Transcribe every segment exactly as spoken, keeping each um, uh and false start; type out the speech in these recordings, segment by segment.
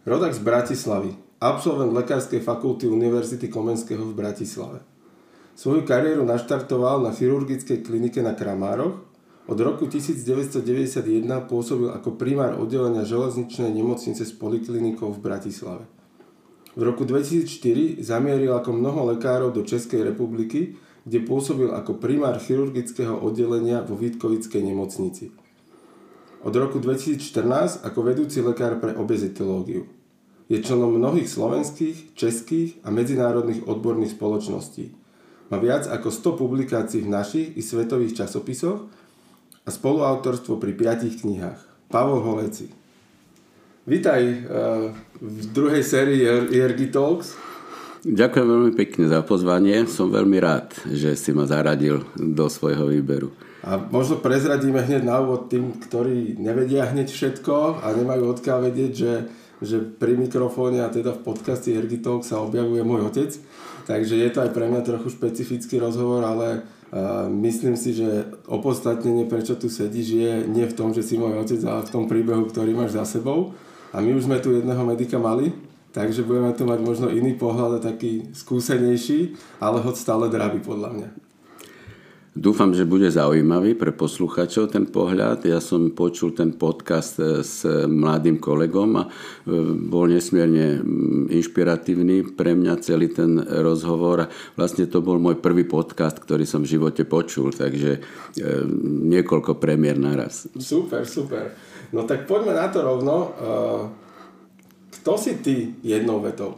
Rodak z Bratislavy, absolvent Lekárskej fakulty Univerzity Komenského v Bratislave. Svoju kariéru naštartoval na chirurgickej klinike na Kramároch. Od roku devätnásťstodeväťdesiatjeden pôsobil ako primár oddelenia železničnej nemocnice s poliklinikou v Bratislave. V roku dvetisícštyri zamieril ako mnoho lekárov do Českej republiky, kde pôsobil ako primár chirurgického oddelenia vo Vítkovickej nemocnici. Od roku dvetisícštrnásť ako vedúci lekár pre obezitológiu. Je členom mnohých slovenských, českých a medzinárodných odborných spoločností. Má viac ako sto publikácií v našich i svetových časopisoch a spoluautorstvo pri piatich knihách. Pavol Holeci. Vítaj uh, v druhej sérii Ergy Talks. Ďakujem veľmi pekne za pozvanie. Som veľmi rád, že si ma zaradil do svojho výberu. A možno prezradíme hneď na úvod tým, ktorí nevedia hneď všetko a nemajú odkiaľ vedieť, že, že pri mikrofóne a teda v podcaste Ergy Talks sa objavuje môj otec. Takže je to aj pre mňa trochu špecifický rozhovor, ale uh, myslím si, že opodstatnenie, prečo tu sedíš, je nie v tom, že si môj otec, ale v tom príbehu, ktorý máš za sebou. A my už sme tu jedného medika mali, takže budeme tu mať možno iný pohľad a taký skúsenejší, ale hoď stále dravý podľa mňa. Dúfam, že bude zaujímavý pre posluchačov ten pohľad. Ja som počul ten podcast s mladým kolegom a bol nesmierne inšpiratívny pre mňa celý ten rozhovor. Vlastne to bol môj prvý podcast, ktorý som v živote počul, takže niekoľko premiér naraz. Super, super. No tak poďme na to rovno. Kto si ty jednou vetou?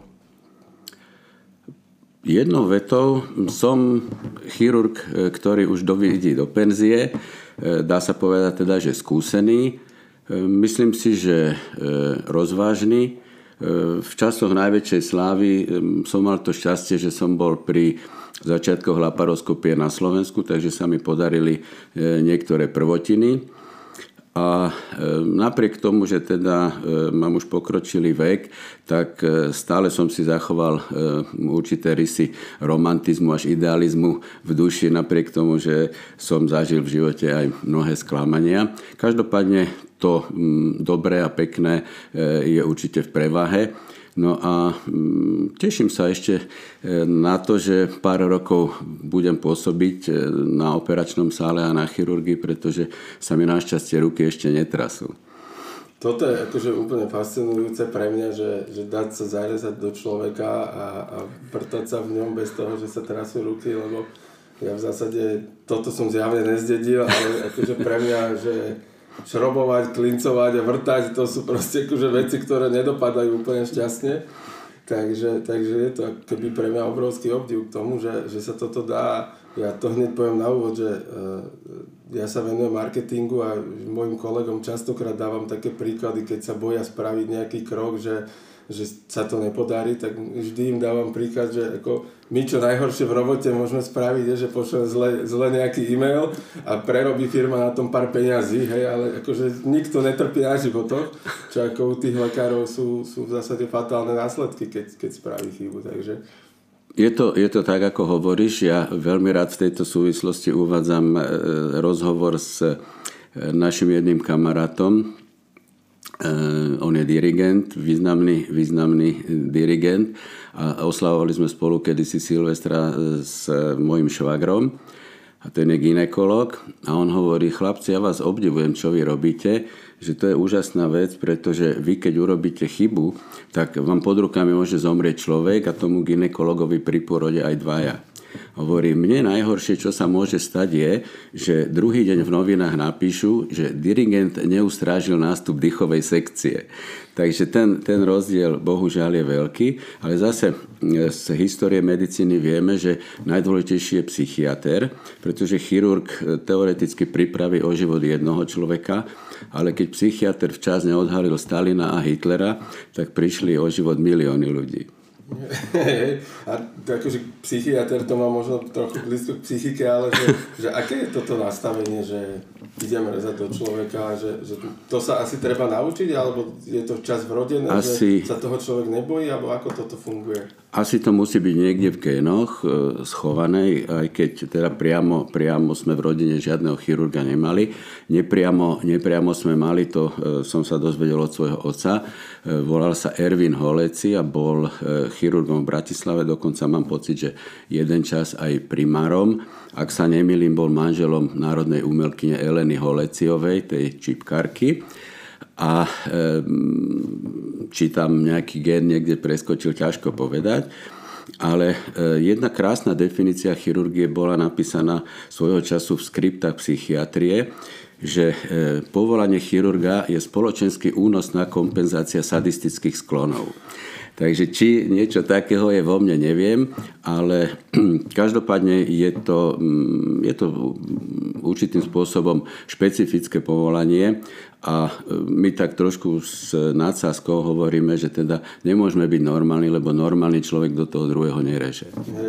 Jednou vetou som chirurg, ktorý už dovidí do penzie. Dá sa povedať teda, že skúsený. Myslím si, že rozvážny. V časoch najväčšej slávy som mal to šťastie, že som bol pri začiatkoch laparoskopie na Slovensku, takže sa mi podarili niektoré prvotiny. A napriek tomu, že teda mám už pokročilý vek, tak stále som si zachoval určité rysy romantizmu až idealizmu v duši, napriek tomu, že som zažil v živote aj mnohé sklamania. Každopádne to dobré a pekné je určite v prevahe. No a teším sa ešte na to, že pár rokov budem pôsobiť na operačnom sále a na chirurgii, pretože sa mi našťastie ruky ešte netrasú. Toto je akože úplne fascinujúce pre mňa, že, že dať sa zarezať do človeka a, a vrtať sa v ňom bez toho, že sa trasú ruky, lebo ja v zásade toto som zjavne nezdedil, ale akože pre mňa, že šrobovať, klincovať a vrtať, to sú proste akože veci, ktoré nedopadajú úplne šťastne. Takže, takže je to keby pre mňa obrovský obdiv k tomu, že, že sa toto dá. Ja to hneď poviem na úvod, že uh, ja sa venujem marketingu a mojim kolegom častokrát dávam také príklady, keď sa boja spraviť nejaký krok, že, že sa to nepodarí, tak vždy im dávam príklad, že ako my čo najhoršie v robote môžeme spraviť, je, že pošlem zle, zle nejaký e-mail a prerobí firma na tom pár peňazí, hej, ale akože nikto netrpí na životoch, čo ako u tých lekárov sú, sú v zásade fatálne následky, keď, keď spraví chybu, takže... Je to, je to tak, ako hovoríš. Ja veľmi rád v tejto súvislosti uvádzam rozhovor s našim jedným kamarátom. On je dirigent, významný, významný dirigent a oslavovali sme spolu kedysi Silvestra s mojim švagrom a ten je gynekolog a on hovorí: chlapci, ja vás obdivujem, čo vy robíte, že to je úžasná vec, pretože vy keď urobíte chybu, tak vám pod rukami môže zomrieť človek a tomu gynekologovi pri pôrode aj dvaja. Hovorí, mne najhoršie, čo sa môže stať je, že druhý deň v novinách napíšu, že dirigent neustrážil nástup dýchovej sekcie. Takže ten, ten rozdiel bohužiaľ je veľký, ale zase z histórie medicíny vieme, že najdôležitejší je psychiater, pretože chirurg teoreticky pripraví o život jednoho človeka, ale keď psychiater včas neodhalil Stalina a Hitlera, tak prišli o život milióny ľudí. A akože psychiatr to má možno trochu blízko k psychike, ale že, že aké je toto nastavenie, že idem rezať do človeka, že, že to sa asi treba naučiť, alebo je to čas vrodené, asi, že sa toho človek nebojí, alebo ako toto funguje? Asi to musí byť niekde v génoch e, schované, aj keď teda priamo, priamo sme v rodine žiadneho chirurga nemali. Nepriamo, nepriamo sme mali, to e, som sa dozvedel od svojho otca. E, volal sa Ervin Holeci a bol e, chirurgom v Bratislave, dokonca mám pocit, že jeden čas aj primárom. Ak sa nemýlim, bol manželom národnej umelkyne Eleny Holeciovej, tej čipkárky. A e, či tam nejaký gén niekde preskočil, ťažko povedať. Ale e, jedna krásna definícia chirurgie bola napísaná svojho času v skriptách psychiatrie, že e, povolanie chirurga je spoločensky únosná kompenzácia sadistických sklonov. Takže či niečo takého je vo mne, neviem, ale každopádne je to, je to určitým spôsobom špecifické povolanie a my tak trošku s nadsázkou hovoríme, že teda nemôžeme byť normálni, lebo normálny človek do toho druhého nereže.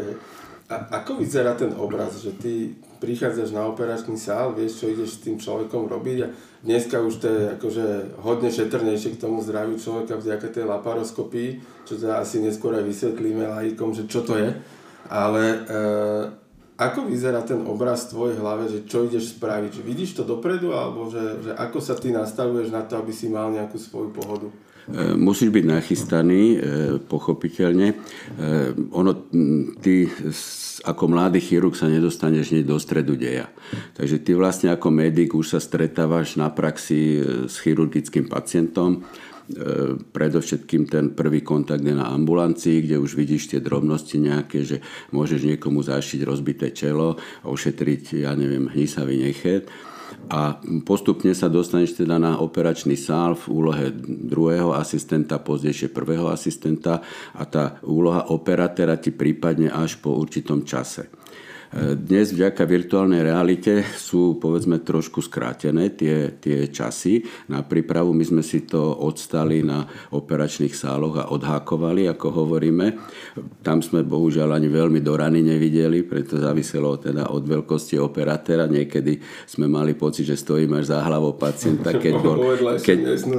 A ako vyzerá ten obraz, že ty prichádzaš na operačný sál, vieš, čo ideš s tým človekom robiť a dneska už to je akože hodne šetrnejšie k tomu zdraviu človeka vďaka tej laparoskopii, čo teda asi neskôr aj vysvetlíme laikom, že čo to je. Ale e, ako vyzerá ten obraz v tvojej hlave, že čo ideš spraviť? Že vidíš to dopredu, alebo že, že ako sa ty nastavuješ na to, aby si mal nejakú svoju pohodu? Musíš byť nachystaný, pochopiteľne. Ono, ty ako mladý chirurg sa nedostaneš hneď do stredu deja. Takže ty vlastne ako medic už sa stretávaš na praxi s chirurgickým pacientom. Predovšetkým ten prvý kontakt je na ambulancii, kde už vidíš tie drobnosti nejaké, že môžeš niekomu zašiť rozbité čelo, ošetriť, ja neviem, hnisavý nechet. A postupne sa dostaneš teda na operačný sál v úlohe druhého asistenta, pozdejšie prvého asistenta a tá úloha operatéra ti prípadne až po určitom čase. Dnes vďaka virtuálnej realite sú povedzme trošku skrátené tie, tie časy na prípravu. My sme si to odstali na operačných sáloch a odhákovali, ako hovoríme. Tam sme bohužiaľ ani veľmi do rany nevideli, preto záviselo teda od veľkosti operatéra. Niekedy sme mali pocit, že stojíme až za hlavou pacienta, keď bol, keď,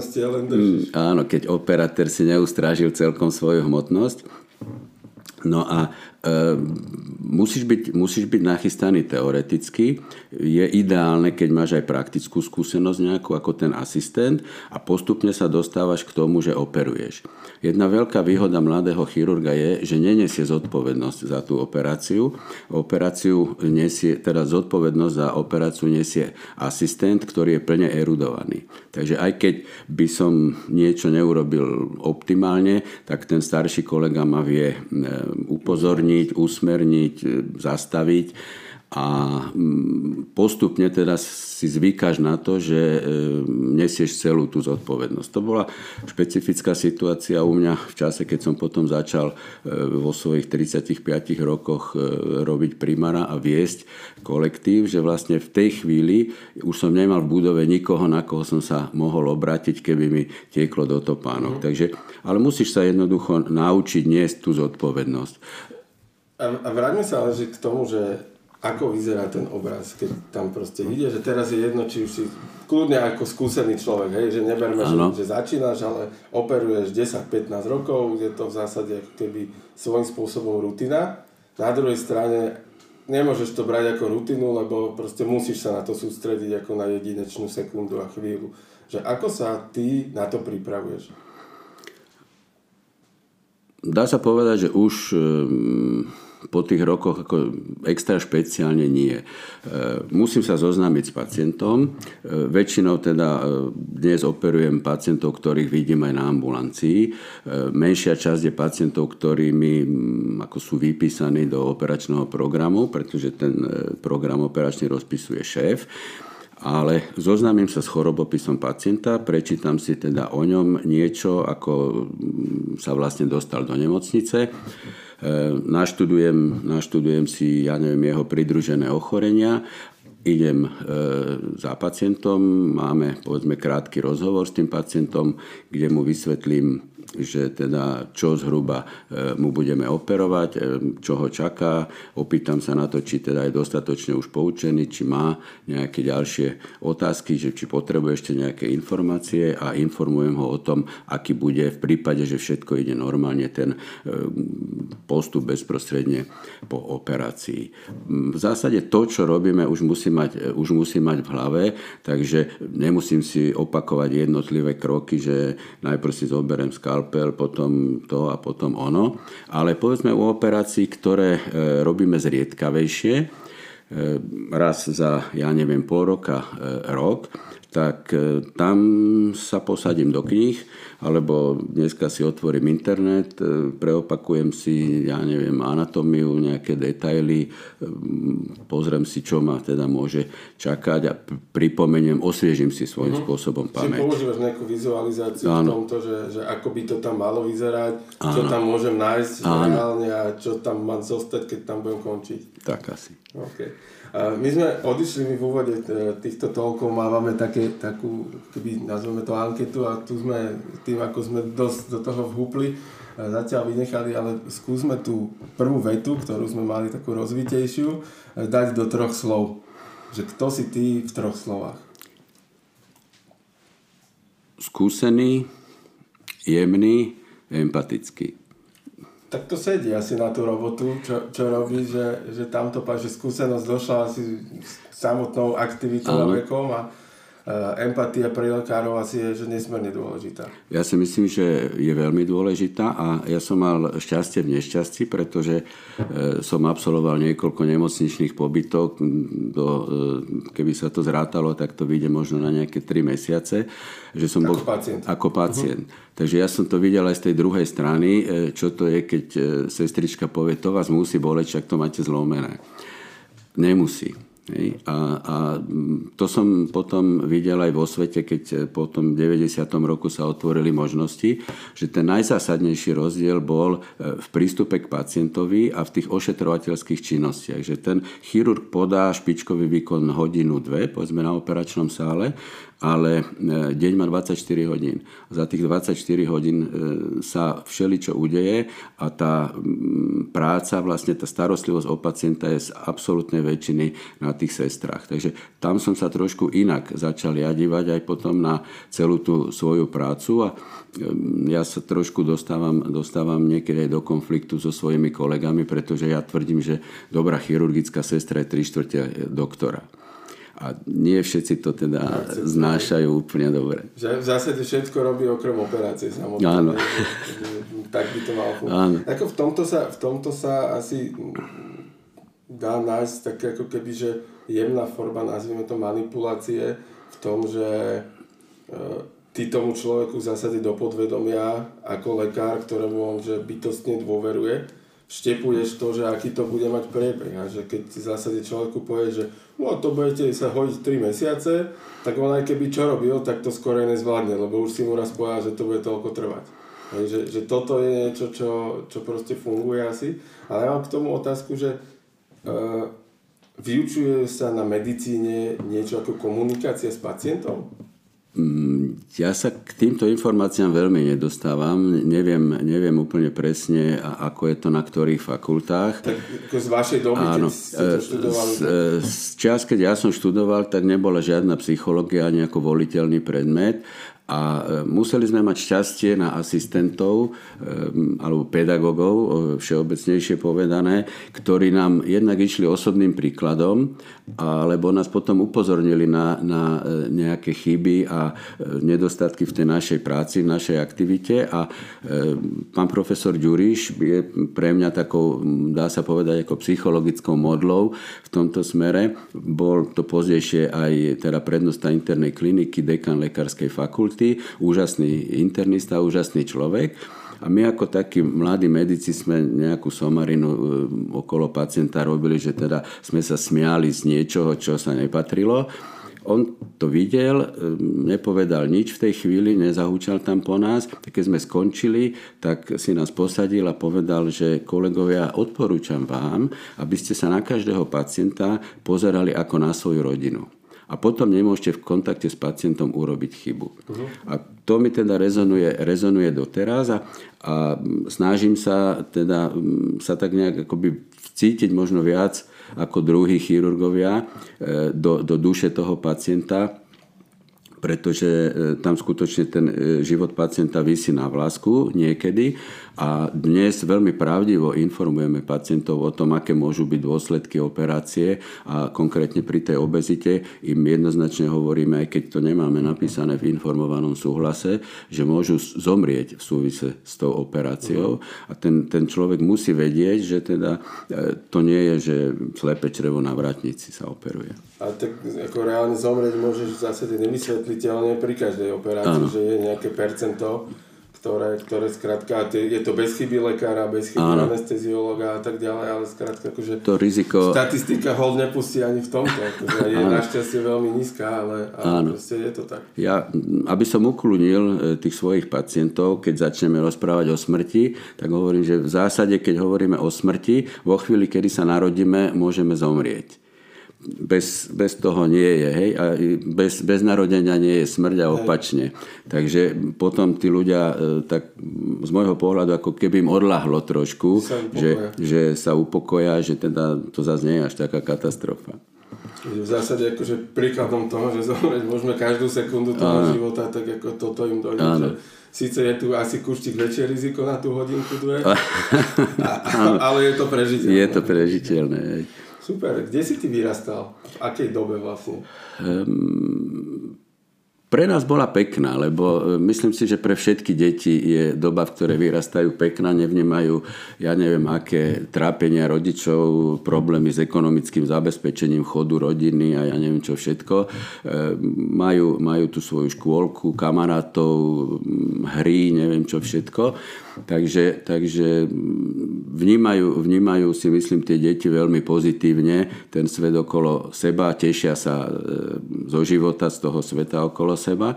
áno, keď operatér si neustrážil celkom svoju hmotnosť. No a e, musíš byť, musíš byť nachystaný teoreticky. Je ideálne, keď máš aj praktickú skúsenosť nejakú ako ten asistent a postupne sa dostávaš k tomu, že operuješ. Jedna veľká výhoda mladého chirurga je, že nenesie zodpovednosť za tú operáciu. Operáciu nesie, teda zodpovednosť za operáciu nesie asistent, ktorý je plne erudovaný. Takže aj keď by som niečo neurobil optimálne, tak ten starší kolega ma vie upozorniť, usmerniť, zastaviť a postupne teda si zvykáš na to, že nesieš celú tú zodpovednosť. To bola špecifická situácia u mňa v čase, keď som potom začal vo svojich tridsiatich piatich rokoch robiť primára a viesť kolektív, že vlastne v tej chvíli už som nemal v budove nikoho, na koho som sa mohol obrátiť, keby mi tieklo do topánok. Mm. Takže, ale musíš sa jednoducho naučiť niesť tú zodpovednosť. A, a vráťme sa ale že k tomu, že ako vyzerá ten obraz, keď tam proste ide, že teraz je jedno, či už si kľudne ako skúsený človek, hej, že neberme, že, že začínaš, ale operuješ desať pätnásť rokov, je to v zásade ako keby svojím spôsobom rutina. Na druhej strane nemôžeš to brať ako rutinu, lebo proste musíš sa na to sústrediť ako na jedinečnú sekundu a chvíľu. Že ako sa ty na to pripravuješ? Dá sa povedať, že už po tých rokoch ako extra špeciálne nie. Musím sa zoznámiť s pacientom. Väčšinou teda dnes operujem pacientov, ktorých vidím aj na ambulancii. Menšia časť je pacientov, ktorí mi ako sú vypísaní do operačného programu, pretože ten program operačný rozpisuje šéf. Ale zoznámim sa s chorobopisom pacienta, prečítam si teda o ňom niečo, ako sa vlastne dostal do nemocnice. Naštudujem, naštudujem si, ja neviem, jeho pridružené ochorenia, idem e, za pacientom, máme povedzme krátky rozhovor s tým pacientom, kde mu vysvetlím že teda čo zhruba mu budeme operovať, čo ho čaká. Opýtam sa na to, či teda je dostatočne už poučený, či má nejaké ďalšie otázky, že či potrebuje ešte nejaké informácie a informujem ho o tom, aký bude v prípade, že všetko ide normálne, ten postup bezprostredne po operácii. V zásade to, čo robíme, už musí mať, už musí mať v hlave, takže nemusím si opakovať jednotlivé kroky, že najprv si zoberiem skalpel, potom to a potom ono. Ale povedzme u operácií, ktoré robíme zriedkavejšie, raz za, ja neviem, pol roka, rok, tak tam sa posadím do kníh, alebo dneska si otvorím internet, preopakujem si, ja neviem, anatómiu, nejaké detaily, pozriem si, čo ma teda môže čakať a pripomeniem, osviežim si svojím uh-huh. spôsobom pamäť. Čiže používaš nejakú vizualizáciu v tomto, že, že ako by to tam malo vyzerať, Áno. čo tam môžem nájsť Áno. reálne a čo tam má zostať, keď tam budem končiť. Tak asi. Okay. My sme odišli my v úvode týchto toľkov, máme také, takú, keby nazveme to anketu a tu sme tým, ako sme dosť do toho vhúpli, zatiaľ vynechali, ale skúsme tú prvú vetu, ktorú sme mali takú rozvitejšiu, dať do troch slov. Že kto si ty v troch slovách? Skúsený, jemný, empatický. Tak to sedí asi na tú robotu, čo, čo robí, že, že tamto že skúsenosť došla asi samotnou aktivitou a vekom a uh, empatia pre lekárov asi je že nesmierne dôležitá. Ja si myslím, že je veľmi dôležitá a ja som mal šťastie v nešťastí, pretože uh, som absolvoval niekoľko nemocničných pobytov. Do, uh, keby sa to zrátalo, tak to vyjde možno na nejaké tri mesiace. Že som ako bol, pacient. Ako pacient. Uh-huh. Takže ja som to videl aj z tej druhej strany, čo to je, keď sestrička povie, to vás musí boleť, však to máte zlomené. Nemusí. A, a to som potom videl aj vo svete, keď po tom deväťdesiatom roku sa otvorili možnosti, že ten najzásadnejší rozdiel bol v prístupe k pacientovi a v tých ošetrovateľských činnostiach. Že ten chirurg podá špičkový výkon hodinu, dve, povedzme na operačnom sále, ale deň má dvadsaťštyri hodín. Za tých dvadsaťštyri hodín sa všeličo udeje a tá práca, vlastne tá starostlivosť o pacienta je z absolútnej väčšiny na tých sestrách. Takže tam som sa trošku inak začal ja dívať aj potom na celú tú svoju prácu a ja sa trošku dostávam, dostávam niekedy aj do konfliktu so svojimi kolegami, pretože ja tvrdím, že dobrá chirurgická sestra je tri štvrte doktora. A nie všetci to teda znášajú úplne dobre. Že v zásade všetko robí okrem operácie samotné. Áno. Tak by to malo fungovať. Ako v tomto sa, v tomto sa asi dá nájsť také ako keby, že jemná forma, nazvime to manipulácie v tom, že ty tomu človeku v zásade do podvedomia ako lekár, ktorému on že bytostne dôveruje, vštepuješ to, že aký to bude mať priebeh. A že keď v zásade človeku povie, že no to budete sa hodiť tri mesiace, tak on aj keby čo robil, tak to skôr nezvládne, lebo už si mu raz povedal, že to bude toľko trvať. Že, že toto je niečo, čo, čo proste funguje asi. Ale ja mám k tomu otázku, že uh, vyučuje sa na medicíne niečo ako komunikácia s pacientom? Ja sa k týmto informáciám veľmi nedostávam. Neviem, neviem úplne presne, ako je to na ktorých fakultách. Tak ako z vašej doby, Áno, keď ste to študovali? Z, z čas, keď ja som študoval, tak nebola žiadna psychológia ani ako voliteľný predmet. A museli sme mať šťastie na asistentov alebo pedagógov, všeobecnejšie povedané, ktorí nám jednak išli osobným príkladom, alebo nás potom upozornili na, na nejaké chyby a nedostatky v tej našej práci, v našej aktivite. A pán profesor Ďuriš je pre mňa takou, dá sa povedať, ako psychologickou modlou v tomto smere. Bol to pozdejšie aj teda prednosta internej kliniky, dekan lekárskej fakulty, úžasný internista, úžasný človek. A my ako takí mladí medici sme nejakú somarinu okolo pacienta robili, že teda sme sa smiali z niečoho, čo sa nepatrilo. On to videl, nepovedal nič v tej chvíli, nezahúčal tam po nás. Keď sme skončili, tak si nás posadil a povedal, že kolegovia, odporúčam vám, aby ste sa na každého pacienta pozerali ako na svoju rodinu. A potom nemôžete v kontakte s pacientom urobiť chybu. Uh-huh. A to mi teda rezonuje, rezonuje doteraz a, a snažím sa teda sa tak nejak akoby cítiť možno viac ako druhí chirurgovia do, do duše toho pacienta, pretože tam skutočne ten život pacienta visí na vlásku niekedy a dnes veľmi pravdivo informujeme pacientov o tom, aké môžu byť dôsledky operácie a konkrétne pri tej obezite im jednoznačne hovoríme, aj keď to nemáme napísané v informovanom súhlase, že môžu zomrieť v súvise s tou operáciou a ten, ten človek musí vedieť, že teda to nie je, že slepé črevo na vrátnici sa operuje. A tak ako reálne zomrieť môžeš v zásade nevysvetliteľne pri každej operácii, ano. Že je nejaké percento, ktoré, ktoré skrátka, je to bez chyby lekára, bez chyby anesteziológa a tak ďalej, ale skrátka akože to riziko... statistika hold nepustí ani v tomto, akože je našťastie veľmi nízka, ale, ale proste je to tak. Ja, aby som uklonil tých svojich pacientov, keď začneme rozprávať o smrti, tak hovorím, že v zásade, keď hovoríme o smrti, vo chvíli, kedy sa narodíme, môžeme zomrieť. Bez, bez toho nie je, hej, a bez, bez narodenia nie je smrť a opačne. Takže potom tí ľudia, tak z môjho pohľadu, ako keby im odľahlo trošku, že, že sa upokoja, že teda to zase nie je až taká katastrofa. V zásade akože príkladom toho, že zomrieť môžeme každú sekundu toho života, tak ako toto im dojde, že síce je tu asi kuštík väčšie riziko na tú hodinku dve, a, a, ale je to prežiteľné. Je to prežiteľné, hej. Super. Kde si ty vyrastal? V akej dobe vlastne? Um, pre nás bola pekná, lebo myslím si, že pre všetky deti je doba, v ktorej vyrastajú pekná, nevnímajú, ja neviem, aké trápenia rodičov, problémy s ekonomickým zabezpečením chodu rodiny a ja neviem čo všetko. Majú, majú tu svoju škôlku, kamarátov, hry, neviem čo všetko. Takže, takže vnímajú, vnímajú si, myslím, tie deti veľmi pozitívne ten svet okolo seba, tešia sa zo života, z toho sveta okolo seba.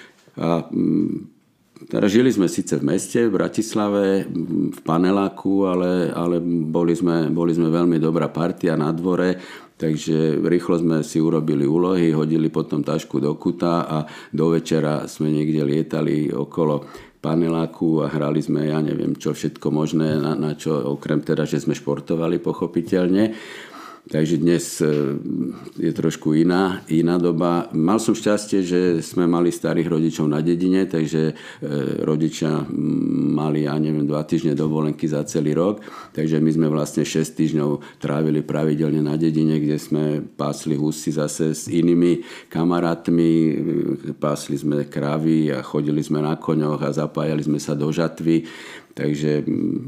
A teda žili sme síce v meste, v Bratislave, v paneláku, ale, ale boli, sme, boli sme veľmi dobrá partia na dvore, takže rýchlo sme si urobili úlohy, hodili potom tašku do kuta a do večera sme niekde lietali okolo paneláku a hrali sme, ja neviem, čo všetko možné, na, na čo, okrem teda, že sme športovali pochopiteľne. Takže dnes je trošku iná, iná doba. Mal som šťastie, že sme mali starých rodičov na dedine, takže rodičia mali, ja neviem, dva týždne dovolenky za celý rok. Takže my sme vlastne šesť týždňov trávili pravidelne na dedine, kde sme pásli husy zase s inými kamarátmi. Pásli sme krávy a chodili sme na koňoch a zapájali sme sa do žatvy. Takže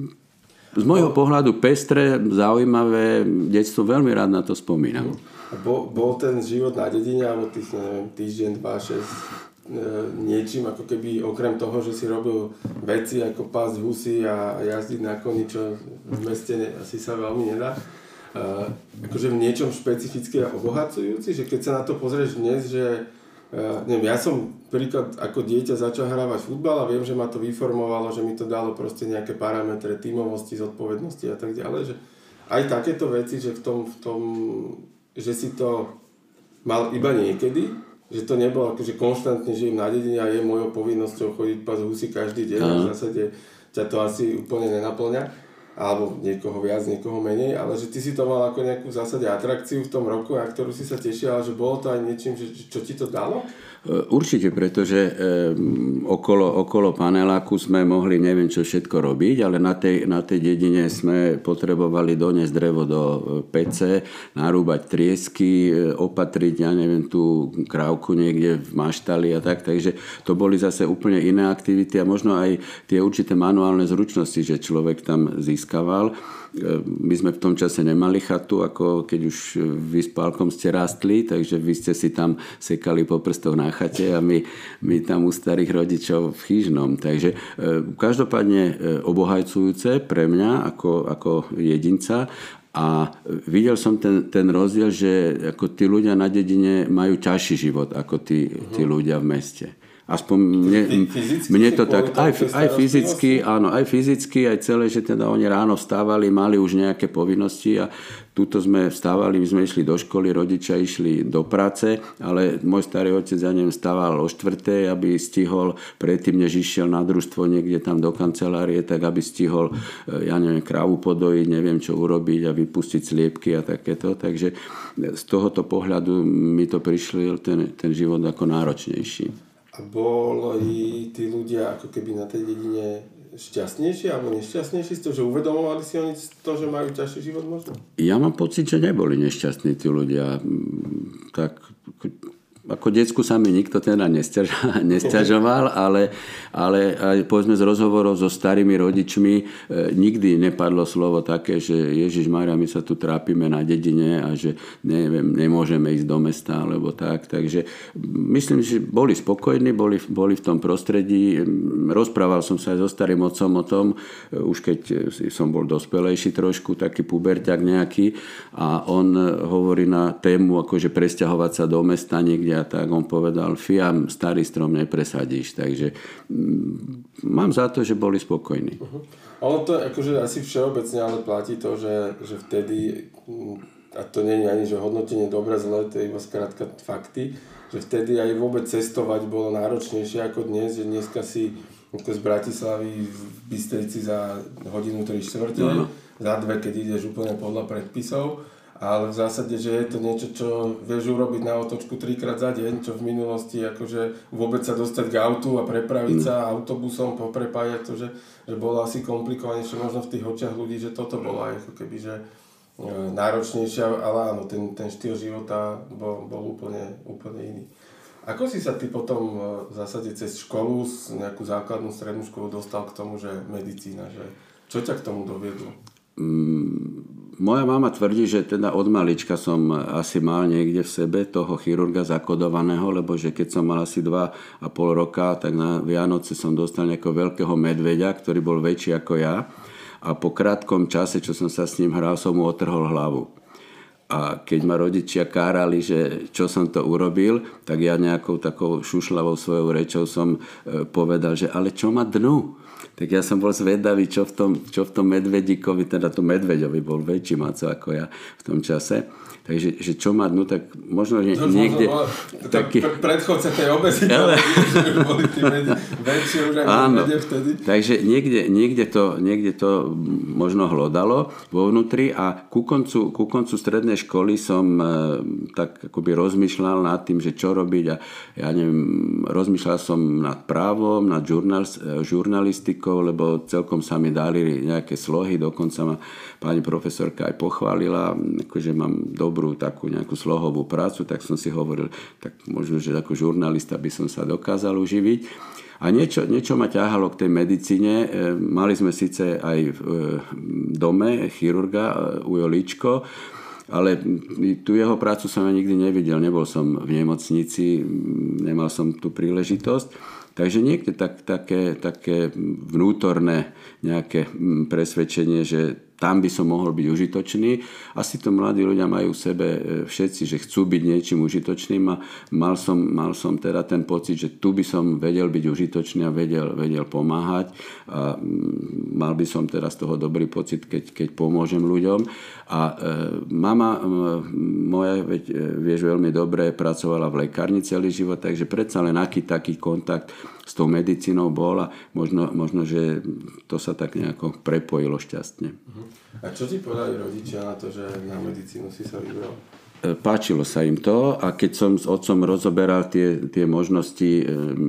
z môjho pohľadu pestré, zaujímavé detstvo, veľmi rád na to spomínam. Bol, bol ten život na dedine, alebo tých, neviem, týždeň, dva, šesť, e, niečím, ako keby okrem toho, že si robil veci ako pásť husy a jazdiť na koni, čo v meste ne, asi sa veľmi nedá. E, akože v niečom špecificky a obohacujúci, že keď sa na to pozrieš dnes, že Uh, neviem, ja som príklad ako dieťa začal hrávať futbal a viem, že ma to vyformovalo, že mi to dalo proste nejaké parametre tímovosti, zodpovednosti a tak ďalej, že aj takéto veci, že v tom, v tom že si to mal iba niekedy, že to nebolo ako, že konštantne žijem na dedine a je mojou povinnosťou chodiť pásť husy každý deň a v zásade ťa to asi úplne nenaplňa, alebo niekoho viac, niekoho menej, ale že ty si to mal ako nejakú v zásade atrakciu v tom roku, a ktorú si sa tešil, ale že bolo to aj niečím, že, čo ti to dalo? Určite, pretože e, okolo, okolo paneláku sme mohli neviem čo všetko robiť, ale na tej, na tej dedine sme potrebovali doniesť drevo do pece, narúbať triesky, opatriť, ja neviem, tú krávku niekde v maštali a tak, takže to boli zase úplne iné aktivity a možno aj tie určité manuálne zručnosti, že človek tam získaval. My sme v tom čase nemali chatu, ako keď už vy s Pálkom ste rástli, takže vy ste si tam sekali po prstoch na chate a my, my tam u starých rodičov v Chyžnom. Takže každopádne obohajcujúce pre mňa ako, ako jedinca. A videl som ten, ten rozdiel, že ako tí ľudia na dedine majú ťažší život ako tí, tí ľudia v meste. Aspoň mne, mne to tak, aj, aj fyzicky, áno, aj fyzicky, aj celé, že teda oni ráno vstávali, mali už nejaké povinnosti a tuto sme vstávali, my sme išli do školy, rodičia išli do práce, ale môj starý otec, ja neviem, vstával o štvrtej, aby stihol predtým, než išiel na družstvo niekde tam do kancelárie, tak aby stihol, ja neviem, krávu podojiť, neviem čo urobiť a vypustiť sliepky a takéto, takže z tohoto pohľadu mi to prišli ten, ten život ako náročnejší. A boli tí ľudia ako keby na tej dedine šťastnejší alebo nešťastnejší z toho, že uvedomovali si oni to, že majú ťažší život možno? Ja mám pocit, že neboli nešťastní tí ľudia. Tak ako decku sa mi nikto teda nesťažoval, ale, ale aj povedzme z rozhovorov so starými rodičmi e, nikdy nepadlo slovo také, že Ježišmária, my sa tu trápime na dedine a že neviem, nemôžeme ísť do mesta alebo tak. Takže myslím, že boli spokojní, boli, boli v tom prostredí. Rozprával som sa aj so starým otcom o tom, už keď som bol dospelejší trošku, taký puberťak nejaký, a on hovorí na tému akože presťahovať sa do mesta niekde a tak, on povedal, fiam, starý strom nepresadíš, takže mm, mám za to, že boli spokojní. Uh-huh. Ono to akože asi všeobecne, ale platí to, že, že vtedy, a to nie je ani že hodnotenie dobré, zlé, to je iba skrátka fakty, že vtedy aj vôbec cestovať bolo náročnejšie ako dnes, že dneska si z Bratislavy v Bystrici za hodinu tri štvrte, uh-huh. za dve, keď ideš úplne podľa predpisov. Ale v zásade, že je to niečo, čo vieš urobiť na otočku trikrát za deň, čo v minulosti akože vôbec sa dostať k autu a prepraviť mm. sa autobusom, poprepájať to, že, že bolo asi komplikovanejšie možno v tých očiach ľudí, že toto bolo aj ako keby, že e, náročnejšie, ale áno, ten, ten štýl života bol, bol úplne, úplne iný. Ako si sa ty potom v zásade cez školu, nejakú základnú strednú školu dostal k tomu, že medicína, že čo ťa k tomu doviedlo? Mm. Moja mama tvrdí, že teda od malička som asi mal niekde v sebe toho chirurga zakodovaného, lebo že keď som mal asi dva a pol roka, tak na Vianoce som dostal nejakého veľkého medveďa, ktorý bol väčší ako ja. A po krátkom čase, čo som sa s ním hral, som mu otrhol hlavu. A keď ma rodičia kárali, že čo som to urobil, tak ja nejakou takou šušľavou svojou rečou som povedal, že ale čo má dnu? Tak ja som bol zvedavý, čo v tom, čo v tom medvedíkovi, teda to medveďovi bol väčší maco ako ja v tom čase. Takže že čo má dnu, tak možno nie, to niekde... Možno, taký... Predchodca tej obezity, ale... že boli tí väčšie už aj medvedie vtedy. Takže niekde, niekde, to, niekde to možno hlodalo vo vnútri a ku koncu, ku koncu strednej školy som e, tak akoby rozmýšľal nad tým, že čo robiť a ja neviem, rozmýšľal som nad právom, nad žurnal, žurnalistikou, lebo celkom sa mi dali nejaké slohy, dokonca ma pani profesorka aj pochválila, akože mám dobrú takú nejakú slohovú prácu, tak som si hovoril, tak možno, že ako žurnalista by som sa dokázal uživiť. A niečo, niečo ma ťahalo k tej medicíne. Mali sme síce aj v dome chirurga Ujo Líčko, ale tú jeho prácu som ja nikdy nevidel. Nebol som v nemocnici, nemal som tú príležitosť. Takže niekde tak, také, také vnútorné nejaké presvedčenie, že tam by som mohol byť užitočný. Asi to mladí ľudia majú v sebe všetci, že chcú byť niečím užitočným a mal som, mal som teda ten pocit, že tu by som vedel byť užitočný a vedel, vedel pomáhať a mal by som teda z toho dobrý pocit, keď, keď pomôžem ľuďom. A e, mama e, moja, veď, e, vieš, veľmi dobre pracovala v lekárni celý život, takže predsa len aký taký kontakt s tou medicínou bol a možno, možno, že to sa tak nejako prepojilo šťastne. A čo ti povedali rodičia na to, že na medicínu si sa vybral? Páčilo sa im to a keď som s otcom rozoberal tie, tie možnosti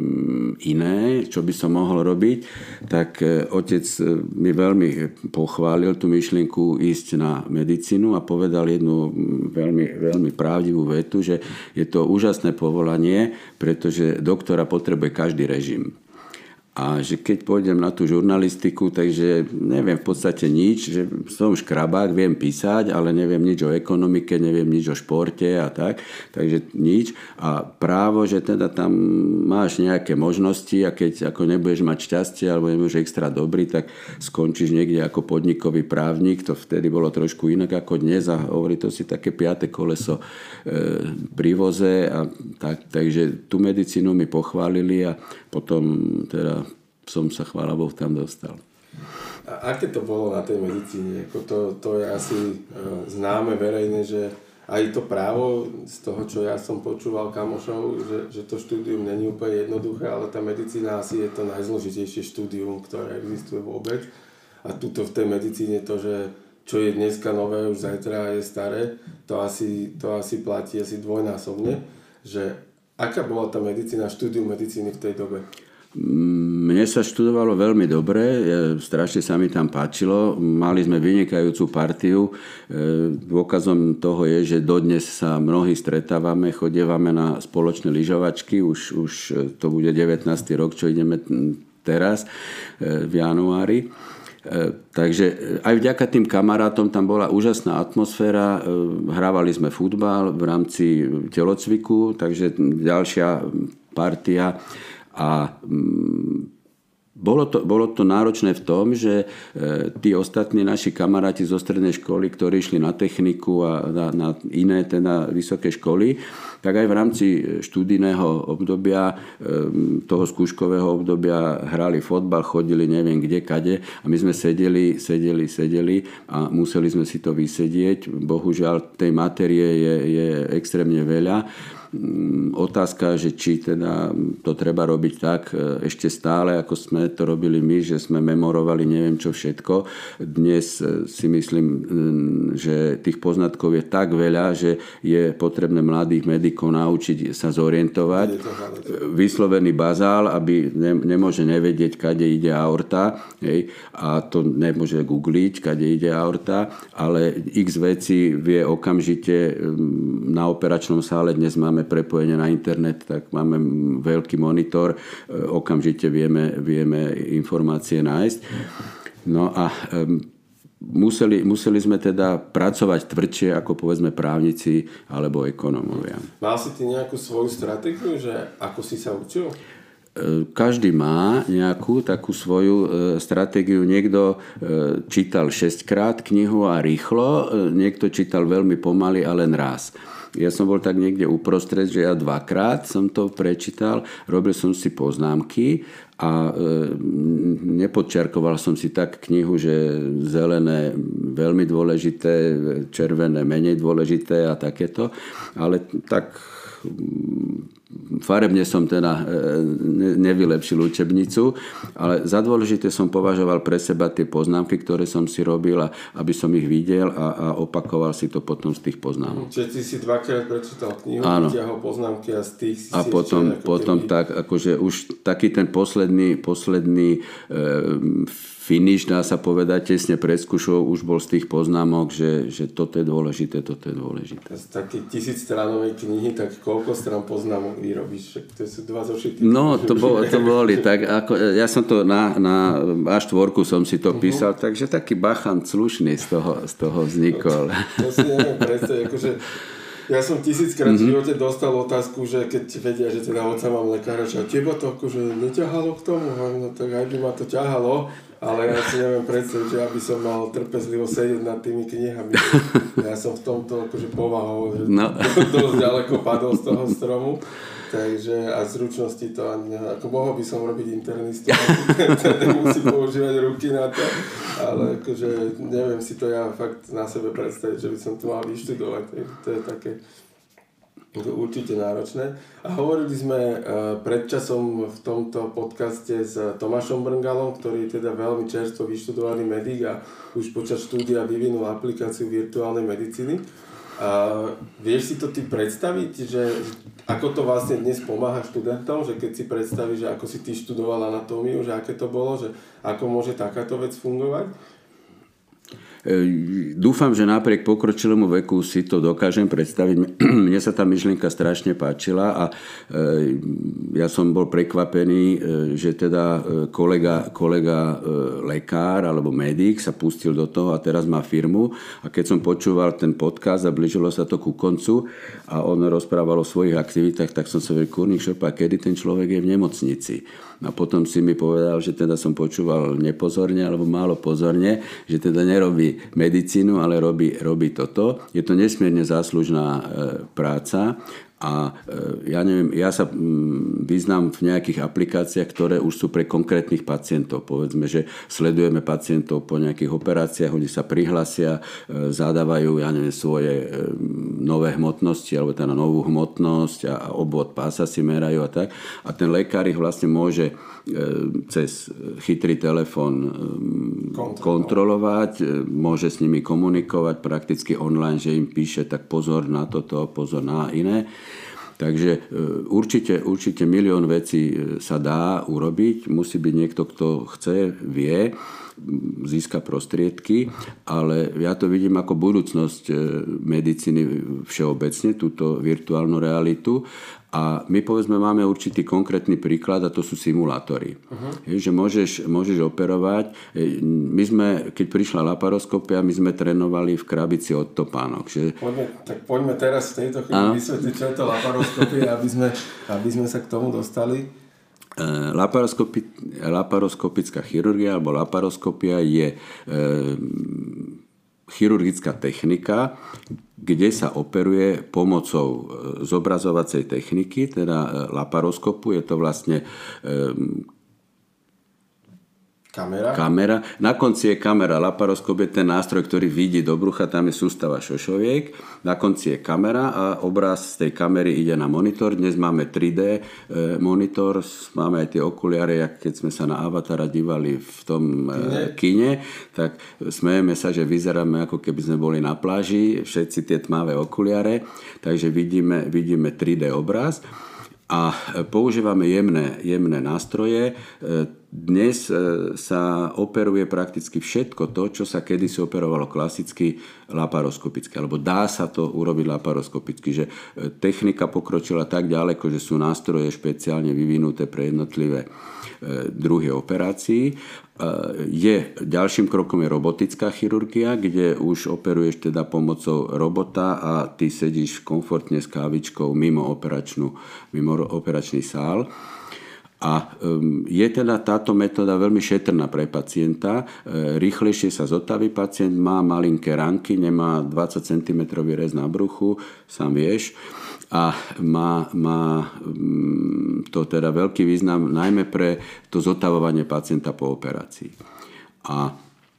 iné, čo by som mohol robiť, tak otec mi veľmi pochválil tú myšlienku ísť na medicínu a povedal jednu veľmi, veľmi pravdivú vetu, že je to úžasné povolanie, pretože doktora potrebuje každý režim. A že keď pôjdem na tú žurnalistiku, takže neviem v podstate nič, že som škrabák, viem písať, ale neviem nič o ekonomike, neviem nič o športe a tak, takže nič. A právo, že teda tam máš nejaké možnosti a keď ako nebudeš mať šťastie alebo nebudeš extra dobrý, tak skončíš niekde ako podnikový právnik, to vtedy bolo trošku inak ako dnes a hovorí to si také piate koleso e, pri voze a tak, takže tú medicínu mi pochválili a potom teda som sa, chvála Bohu, tam dostal. A aké to bolo na tej medicíne? Ako to, to je asi uh, známe verejne, že aj to právo, z toho, čo ja som počúval kamošov, že, že to štúdium není úplne jednoduché, ale tá medicína asi je to najzložitejšie štúdium, ktoré existuje vôbec. A tuto v tej medicíne to, že čo je dneska nové, už zajtra je staré, to asi, to asi platí asi dvojnásobne. Že aká bola tá medicína, štúdium medicíny v tej dobe? Mne sa študovalo veľmi dobre, strašne sa mi tam páčilo, mali sme vynikajúcu partiu, dôkazom toho je, že dodnes sa mnohí stretávame, chodievame na spoločné lyžovačky, už, už to bude devätnásty rok, čo ideme teraz v januári. Takže aj vďaka tým kamarátom tam bola úžasná atmosféra, hrávali sme futbal v rámci telocviku, takže ďalšia partia. A bolo to, bolo to náročné v tom, že tí ostatní naši kamaráti zo strednej školy, ktorí išli na techniku a na, na iné teda vysoké školy, tak aj v rámci študijného obdobia, toho skúškového obdobia hrali fotbal, chodili neviem kde, kade a my sme sedeli, sedeli, sedeli a museli sme si to vysedieť. Bohužiaľ tej matérie je, je extrémne veľa. Otázka, že či teda to treba robiť tak ešte stále, ako sme to robili my, že sme memorovali neviem čo všetko. Dnes si myslím, že tých poznatkov je tak veľa, že je potrebné mladých medikov naučiť sa zorientovať. Vyslovený bazál, aby ne, nemôže nevedieť, kade ide aorta, hej, a to nemôže googliť, kade ide aorta, ale x veci vie okamžite na operačnom sále. Dnes máme prepojenie na internet, tak máme veľký monitor, okamžite vieme, vieme informácie nájsť. No a um, museli, museli sme teda pracovať tvrdšie ako povedzme právnici alebo ekonómovia. Mal si ty nejakú svoju stratégiu, že ako si sa učil? Každý má nejakú takú svoju stratégiu. Niekto čítal šesťkrát knihu a rýchlo, niekto čítal veľmi pomaly a len raz. Ja som bol tak niekde uprostred, že ja dvakrát som to prečítal, robil som si poznámky a e, nepodčiarkoval som si tak knihu, že zelené veľmi dôležité, červené menej dôležité a takéto, ale tak farebne som teda nevylepšil učebnicu, ale za dôležité som považoval pre seba tie poznámky, ktoré som si robil, aby som ich videl a, a opakoval si to potom z tých poznámok. Čiže ty si dvakrát prečítal knihu, vyťahol poznámky a z tých si a si potom, ešte potom tak, akože už taký ten posledný, posledný e, finish, dá sa povedať, tesne pred skúšou už bol z tých poznámok, že, že toto je dôležité, toto je dôležité. Z také tisícstranovej knihy, tak koľko strán poznámok vyrobíš? To sú dva zošity. No, to, bol, to boli tak, ako, ja som to na, na á štyri som si to písal, uh-huh. takže taký bachant slušný z toho, z toho vznikol. To, to si neviem predstaviť, akože ja som tisíckrát v živote dostal otázku, že keď vedia, že teda otca mám lekára, že teba to akože neťahalo k tomu, no tak aj by ma to ťahalo, ale ja si neviem predstaviť, že aby som mal trpezlivo sedieť nad tými knihami. Ja som v tomto akože povahou, že no. dosť ďaleko padol z toho stromu. Takže a zručnosti to ani neviem. Ako mohol by som robiť internistu, nemusí používať ruky na to, ale akože neviem si to ja fakt na sebe predstaviť, že by som to mal vyštudovať. To je také to určite náročné. A hovorili sme uh, predčasom v tomto podcaste s Tomášom Brngalom, ktorý je teda veľmi čerstvo vyštudovaný medic a už počas štúdia vyvinul aplikáciu virtuálnej medicíny. A vieš si to ty predstaviť, že ako to vlastne dnes pomáha študentom, že keď si predstavíš, že ako si ty študoval anatómiu, že aké to bolo, že ako môže takáto vec fungovať? Dúfam, že napriek pokročilému veku si to dokážem predstaviť. Mne sa tá myšlienka strašne páčila a ja som bol prekvapený, že teda kolega, kolega lekár alebo medic sa pustil do toho a teraz má firmu. A keď som počúval ten podcast a blížilo sa to ku koncu a on rozprával o svojich aktivitách, tak som sa vedel, kurník šopa, kedy ten človek je v nemocnici. A potom si mi povedal, že teda som počúval nepozorne alebo málo pozorne, že teda nerobí medicínu, ale robí, robí toto. Je to nesmierne záslužná e, práca a e, ja neviem, ja sa mm, vyznám v nejakých aplikáciách, ktoré už sú pre konkrétnych pacientov. Povedzme, že sledujeme pacientov po nejakých operáciách, oni sa prihlasia, e, zadávajú, ja neviem, svoje e, nové hmotnosti alebo teda novú hmotnosť a, a obvod pása si merajú a tak. A ten lekár ich vlastne môže cez chytrý telefón kontrolovať, môže s nimi komunikovať prakticky online, že im píše tak pozor na toto, pozor na iné. Takže určite, určite milión vecí sa dá urobiť, musí byť niekto, kto chce, vie, získa prostriedky, ale ja to vidím ako budúcnosť medicíny všeobecne, túto virtuálnu realitu. A my povedzme máme určitý konkrétny príklad a to sú simulátory. Uh-huh. Je, že môžeš, môžeš operovať. My sme, keď prišla laparoskopia, my sme trénovali v krabici od topánok. Že... Poďme, tak poďme teraz v tejto chvíli vysvetliť, čo je to laparoskopia, aby sme, aby sme sa k tomu dostali. Laparoskopi, laparoskopická chirurgia alebo laparoskopia je e, chirurgická technika, kde sa operuje pomocou zobrazovacej techniky, teda laparoskopu. Je to vlastne e, Kamera. kamera. Na konci je kamera. Laparoskop je ten nástroj, ktorý vidí do brucha, tam je sústava šošoviek. Na konci je kamera a obraz z tej kamery ide na monitor. Dnes máme tri dé monitor, máme aj tie okuliare, jak keď sme sa na Avatara dívali v tom kine, kine tak smejeme sa, že vyzeráme ako keby sme boli na pláži, všetci tie tmavé okuliare, takže vidíme, vidíme tri dé obraz. A používame jemné, jemné nástroje. Dnes sa operuje prakticky všetko to, čo sa kedysi operovalo klasicky laparoskopicky, alebo dá sa to urobiť laparoskopicky, že technika pokročila tak ďaleko, že sú nástroje špeciálne vyvinuté pre jednotlivé druhy operácií. Je, ďalším krokom je robotická chirurgia, kde už operuješ teda pomocou robota a ty sedíš komfortne s kávičkou mimo operačnú, mimo operačný sál. A je teda táto metóda veľmi šetrná pre pacienta. Rýchlejšie sa zotaví pacient, má malinké ranky, nemá dvadsať centimetrov rez na bruchu, sám vieš. A má, má to teda veľký význam najmä pre to zotavovanie pacienta po operácii. A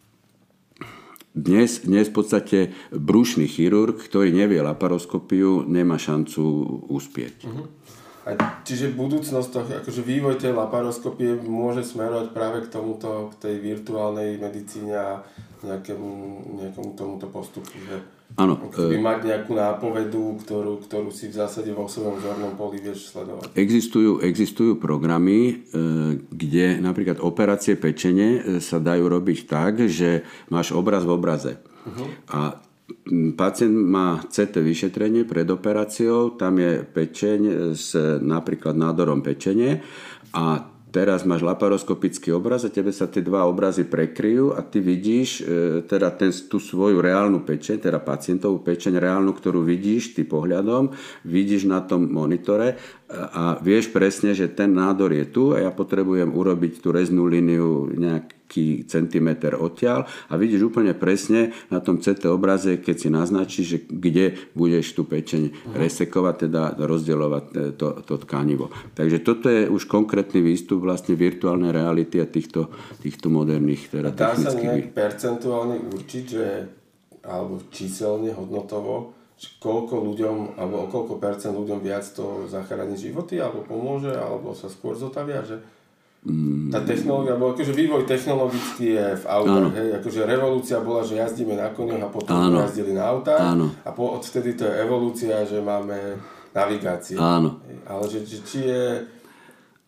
dnes, dnes v podstate brušný chirurg, ktorý nevie laparoskopiu, nemá šancu uspieť. Uh-huh. A čiže budúcnosť, to, akože vývoj tej laparoskopie môže smerovať práve k tomuto, k tej virtuálnej medicíne a nejakému, nejakému tomuto postupu, že áno. Keby mať nejakú nápovedu, ktorú, ktorú si v zásade vo svojom zornom poli vieš sledovať. Existujú, existujú programy, kde napríklad operácie pečene sa dajú robiť tak, že máš obraz v obraze. Uh-huh. A pacient má cé té vyšetrenie pred operáciou, tam je pečeň s napríklad nádorom pečene a teraz máš laparoskopický obraz a tebe sa tie dva obrazy prekryjú a ty vidíš e, teda ten, tú svoju reálnu pečeň, teda pacientovú pečeň reálnu, ktorú vidíš ty pohľadom, vidíš na tom monitore a, a vieš presne, že ten nádor je tu a ja potrebujem urobiť tú reznú líniu nejaký centimeter odtiaľ a vidíš úplne presne na tom cé té obraze, keď si naznačíš, že kde budeš tú pečeň resekovať, teda rozdeľovať to, to tkanivo. Takže toto je už konkrétny výstup vlastne virtuálnej reality a týchto, týchto moderných teda dá technických. Dá sa nejak percentuálne určiť, že, alebo číselne, hodnotovo, že koľko ľuďom, alebo o koľko percent ľuďom viac to zachráni životy, alebo pomôže, alebo sa skôr zotavia, že tá technológia, alebo akože vývoj technologický je v autách, hej, akože revolúcia bola, že jazdíme na koňoch a potom áno. jazdili na autách áno. a po, odtedy to je evolúcia, že máme navigáciu. Áno. Ale že, že či je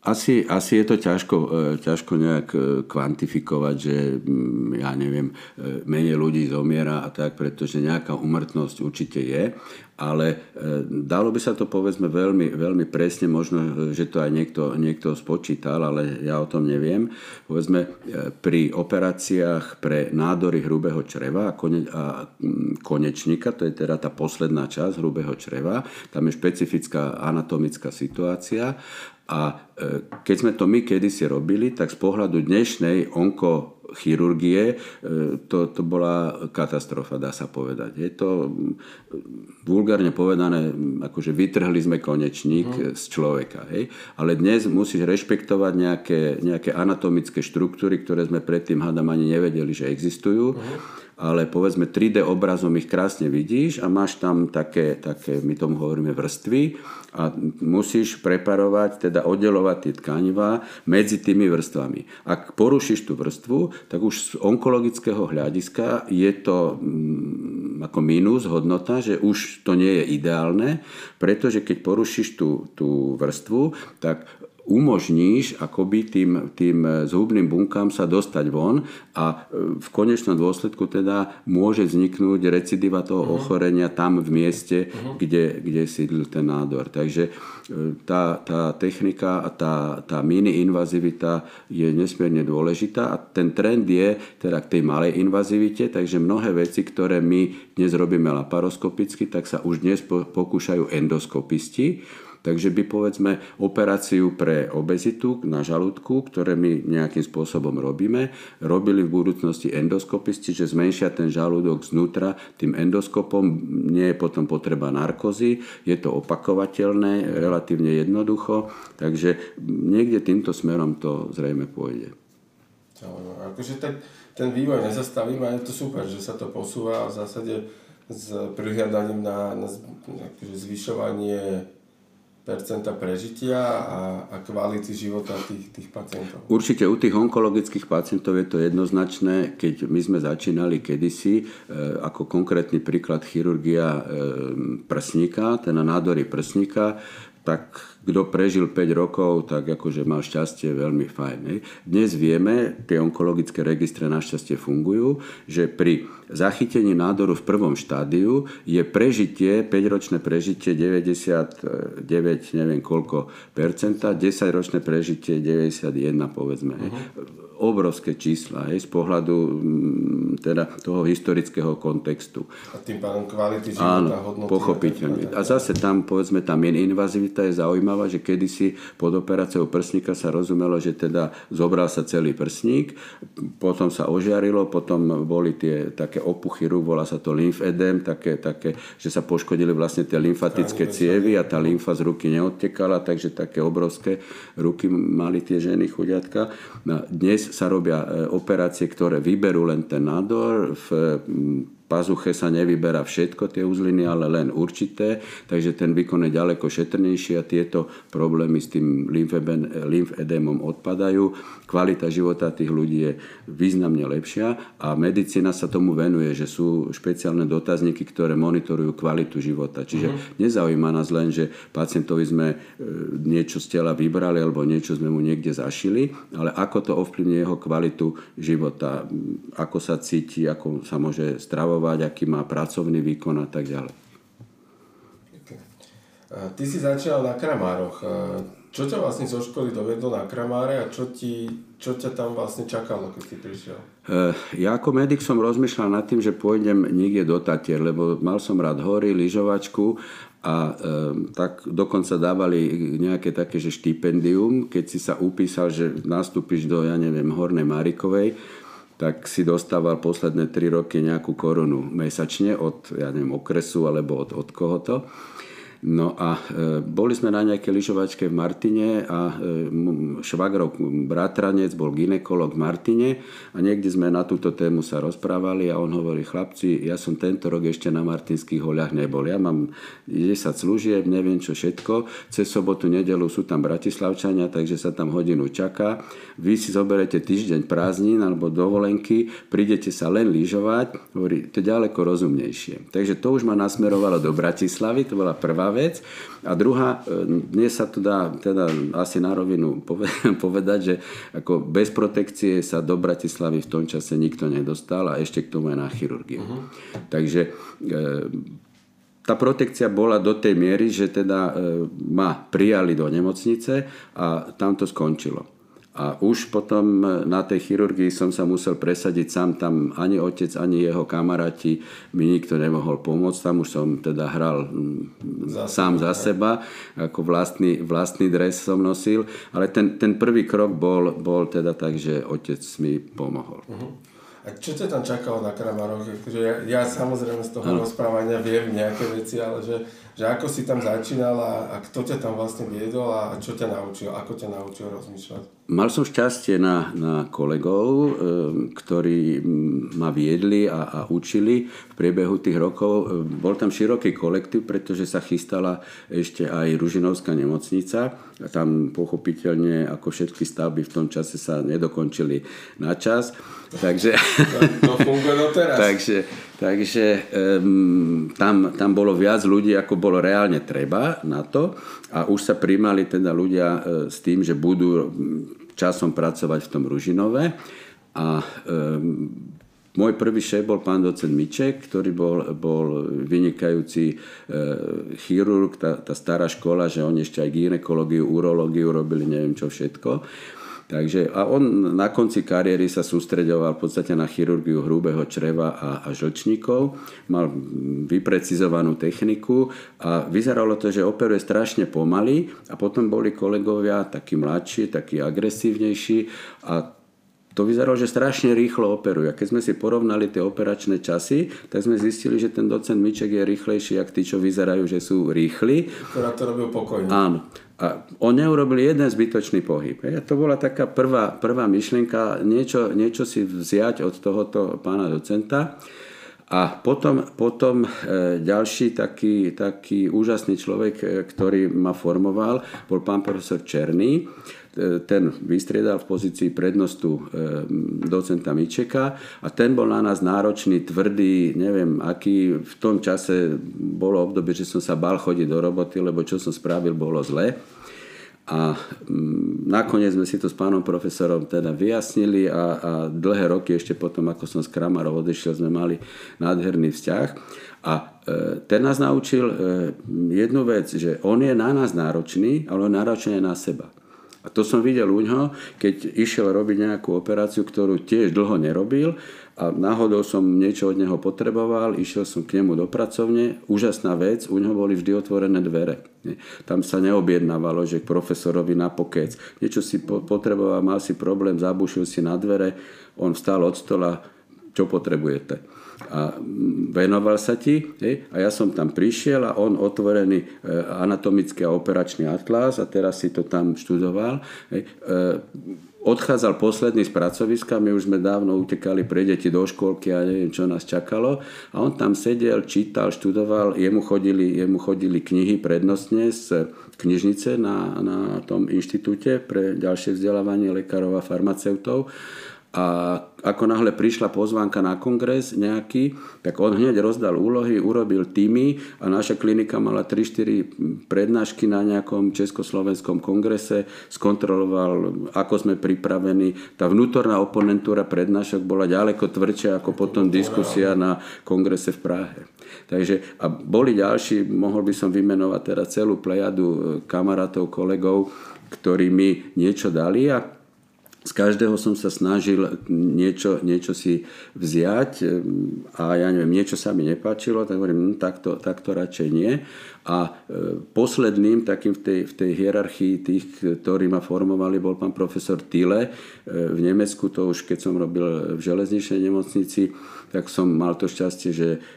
Asi, asi je to ťažko, ťažko nejak kvantifikovať, že ja neviem, menej ľudí zomiera a tak, pretože nejaká úmrtnosť určite je, ale dalo by sa to povedzme veľmi, veľmi presne, možno, že to aj niekto, niekto spočítal, ale ja o tom neviem. Povedzme, pri operáciách pre nádory hrubého čreva a, kone, a konečníka, to je teda tá posledná časť hrubého čreva, tam je špecifická anatomická situácia. A keď sme to my kedysi robili, tak z pohľadu dnešnej onkochirurgie to, to bola katastrofa, dá sa povedať. Je to vulgárne povedané, akože vytrhli sme konečník mm. z človeka. Hej? Ale dnes musíš rešpektovať nejaké, nejaké anatomické štruktúry, ktoré sme predtým hádam ani nevedeli, že existujú. Mm. Ale povedzme tri dé obrazom ich krásne vidíš a máš tam také, také, my tomu hovoríme vrstvy a musíš preparovať, teda oddelovať tie tkanivá medzi tými vrstvami. Ak porušíš tú vrstvu, tak už z onkologického hľadiska je to mm, ako mínus hodnota, že už to nie je ideálne, pretože keď porušíš tú, tú vrstvu, tak umožníš akoby tým, tým zhubným bunkám sa dostať von a v konečnom dôsledku teda môže vzniknúť recidiva toho uh-huh. ochorenia tam v mieste, uh-huh. kde, kde sídlil ten nádor. Takže tá, tá technika a tá, tá mini-invazivita je nesmierne dôležitá a ten trend je teda k tej malej invazivite, takže mnohé veci, ktoré my dnes robíme laparoskopicky, tak sa už dnes pokúšajú endoskopisti. Takže by povedzme operáciu pre obezitu na žalúdku, ktoré my nejakým spôsobom robíme, robili v budúcnosti endoskopisti, že zmenšia ten žalúdok znútra tým endoskopom, nie je potom potreba narkózy, je to opakovateľné, relatívne jednoducho, takže niekde týmto smerom to zrejme pôjde. Akože ten, ten vývoj nezastavím a je to super, že sa to posúva v zásade s prihľadaním na, na akože zvyšovanie percenta prežitia a, a kvality života tých, tých pacientov. Určite u tých onkologických pacientov je to jednoznačné. Keď my sme začínali kedysi, e, ako konkrétny príklad chirurgia e, prsníka, teda nádory prsníka, tak kto prežil päť rokov, tak akože mal šťastie, veľmi fajn. Ne? Dnes vieme, tie onkologické registre našťastie fungujú, že pri zachytení nádoru v prvom štádiu je prežitie, päťročné prežitie deväťdesiatdeväť, neviem koľko percenta, desaťročné prežitie deväťdesiatjeden, povedzme. Uh-huh. Obrovské čísla, hej, z pohľadu teda toho historického kontextu. A tým pádom kvality života, hodnoty. Pochopiteľne. A zase tam, povedzme, tá invazivita je zaujímavá, že kedysi pod operáciou prsníka sa rozumelo, že teda zobral sa celý prsník, potom sa ožiarilo, potom boli tie také opuchy rúk, volá sa to lymfedém, také, také, že sa poškodili vlastne tie lymfatické cievy a tá lymfa z ruky neodtekala, takže také obrovské ruky mali tie ženy chudiatka. Dnes sa robia operácie, ktoré vyberú len ten nádor, v pazuche sa nevyberá všetko, tie uzliny, ale len určité, takže ten výkon je ďaleko šetrnejší a tieto problémy s tým lymfedémom odpadajú. Kvalita života tých ľudí je významne lepšia a medicína sa tomu venuje, že sú špeciálne dotazníky, ktoré monitorujú kvalitu života. Čiže mm-hmm. nezaujíma nás len, že pacientovi sme niečo z tela vybrali alebo niečo sme mu niekde zašili, ale ako to ovplyvní jeho kvalitu života, ako sa cíti, ako sa môže stravovať, aký má pracovný výkon a tak ďalej. Ty si začal na kramároch. Čo ťa vlastne zo školy dovedlo na kramáre a čo, ti, čo ťa tam vlastne čakalo, keď si prišiel? Ja ako medic som rozmýšľal nad tým, že pôjdem niekde do Tatier, lebo mal som rád hory, lyžovačku a e, tak dokonca dávali nejaké také, že štipendium, keď si sa upísal, že nastúpiš do, ja neviem, Hornej Márikovej, tak si dostával posledné tri roky nejakú korunu mesačne od, ja neviem, okresu alebo od, od kohoto. No a e, boli sme na nejakej lyžovačke v Martine a e, švagrov bratranec bol gynekolog v Martine a niekde sme na túto tému sa rozprávali a on hovorí, chlapci, ja som tento rok ešte na martinských hoľách nebol. Ja mám desať služieb, neviem čo všetko. Cez sobotu, nedeľu sú tam Bratislavčania, takže sa tam hodinu čaká. Vy si zoberete týždeň prázdnin alebo dovolenky, prídete sa len lyžovať. Hovorí, to je ďaleko rozumnejšie. Takže to už ma nasmerovalo do Bratislavy, to bola prvá vec. A druhá, dnes sa to dá teda asi na rovinu povedať, že ako bez protekcie sa do Bratislavy v tom čase nikto nedostal a ešte k tomu aj na chirurgiu. Uh-huh. Takže tá protekcia bola do tej miery, že teda ma prijali do nemocnice a tam to skončilo. A už potom na tej chirurgii som sa musel presadiť sám, tam ani otec, ani jeho kamaráti mi nikto nemohol pomôcť, tam už som teda hral za sám za seba, ako vlastný, vlastný dres som nosil, ale ten, ten prvý krok bol, bol teda tak, že otec mi pomohol. Uh-huh. A čo ťa tam čakalo na Kramaroch? Ja, ja samozrejme z toho no. rozprávania viem nejaké veci, ale že, že ako si tam začínal a, a kto ťa tam vlastne viedol a čo ťa naučil, ako ťa naučil rozmýšľať? Mal som šťastie na, na kolegov, ktorí ma viedli a, a učili v priebehu tých rokov. Bol tam široký kolektív, pretože sa chystala ešte aj Ružinovská nemocnica. A tam pochopiteľne, ako všetky stavby v tom čase sa nedokončili na čas. Takže, to funguje doteraz. takže, takže um, tam, tam bolo viac ľudí, ako bolo reálne treba na to. A už sa prijímali teda ľudia uh, s tým, že budú časom pracovať v tom Ružinove. A um, môj prvý šéf bol pán docent Miček, ktorý bol, bol vynikajúci e, chirurg, tá, tá stará škola, že oni ešte aj gynekológiu, urológiu robili, neviem čo všetko. Takže, a on na konci kariéry sa sústreďoval v podstate na chirurgiu hrubého čreva a, a žlčníkov. Mal vyprecizovanú techniku a vyzeralo to, že operuje strašne pomaly a potom boli kolegovia takí mladší, takí agresívnejší a to vyzeralo, že strašne rýchlo operuje. A keď sme si porovnali tie operačné časy, tak sme zistili, že ten docent Miček je rýchlejší, ako tí, čo vyzerajú, že sú rýchli. Ktorá to robil pokojne. Áno. A on neurobil jeden zbytočný pohyb. A to bola taká prvá, prvá myšlienka, niečo, niečo si vziať od tohoto pána docenta. A potom, potom e, ďalší taký, taký úžasný človek, e, ktorý ma formoval, bol pán profesor Černý. Ten vystriedal v pozícii prednostu docenta Mičeka a ten bol na nás náročný, tvrdý, neviem aký. V tom čase bolo obdobie, že som sa bál chodiť do roboty, lebo čo som spravil, bolo zle. A nakoniec sme si to s pánom profesorom teda vyjasnili a, a dlhé roky ešte potom, ako som z Kramarov odešiel, sme mali nádherný vzťah. A e, ten nás naučil e, jednu vec, že on je na nás náročný, ale on je náročný na seba. A to som videl u ňoho, keď išiel robiť nejakú operáciu, ktorú tiež dlho nerobil a náhodou som niečo od neho potreboval, išiel som k nemu do pracovne, úžasná vec, u ňoho boli vždy otvorené dvere. Tam sa neobjednávalo, že k profesorovi na pokec. Niečo si potreboval, mal si problém, zabušil si na dvere, on vstal od stola, čo potrebujete. A venoval sa ti, hej, a ja som tam prišiel a on otvorený e, anatomický a operačný atlas a teraz si to tam študoval. Hej, e, odchádzal posledný z pracoviska, my už sme dávno utekali pre deti do škôlky a neviem, čo nás čakalo. A on tam sedel, čítal, študoval, jemu chodili, jemu chodili knihy prednostne z knižnice na, na tom inštitúte pre ďalšie vzdelávanie lekárov a farmaceutov. A ako náhle prišla pozvánka na kongres nejaký, tak on hneď rozdal úlohy, urobil týmy a naša klinika mala tri štyri prednášky na nejakom československom kongrese, skontroloval, ako sme pripravení. Tá vnútorná oponentúra prednášok bola ďaleko tvrdšia ako potom diskusia na kongrese v Prahe. Takže, a boli ďalší, mohol by som vymenovať teda celú plejadu kamarátov, kolegov, ktorí mi niečo dali a z každého som sa snažil niečo, niečo si vziať a ja neviem, niečo sa mi nepáčilo, tak hovorím, hm, takto, takto radšej nie. A e, posledným takým v tej, v tej hierarchii tých, ktorí ma formovali, bol pán profesor Thiele. E, v Nemecku, to už keď som robil v železničnej nemocnici, tak som mal to šťastie, že e,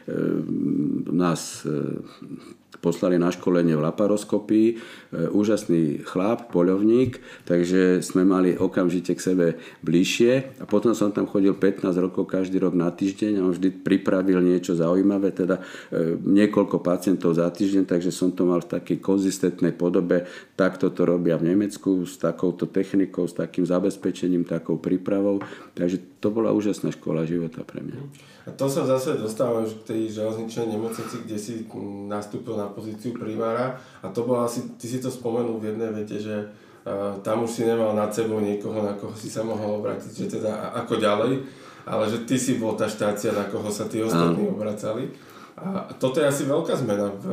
nás e, poslali na školenie v laparoskopii. E, úžasný chlap, poľovník, takže sme mali okamžite k sebe bližšie. A potom som tam chodil pätnásť rokov, každý rok na týždeň a on vždy pripravil niečo zaujímavé, teda e, niekoľko pacientov za týždeň, takže som to mal v takej konzistentnej podobe. Takto to robia v Nemecku s takouto technikou, s takým zabezpečením, takou prípravou. Takže to bola úžasná škola života pre mňa. A to sa zase dostáva už k tej železničnej nemocnici, kde si nastúpil na pozíciu primára a to bolo asi, ty si to spomenul v jednej vete, že uh, tam už si nemal nad sebou niekoho, na koho si sa mohol obrátiť, že teda ako ďalej, ale že ty si bol tá štácia, na koho sa tí ostatní obracali. A toto je asi veľká zmena v,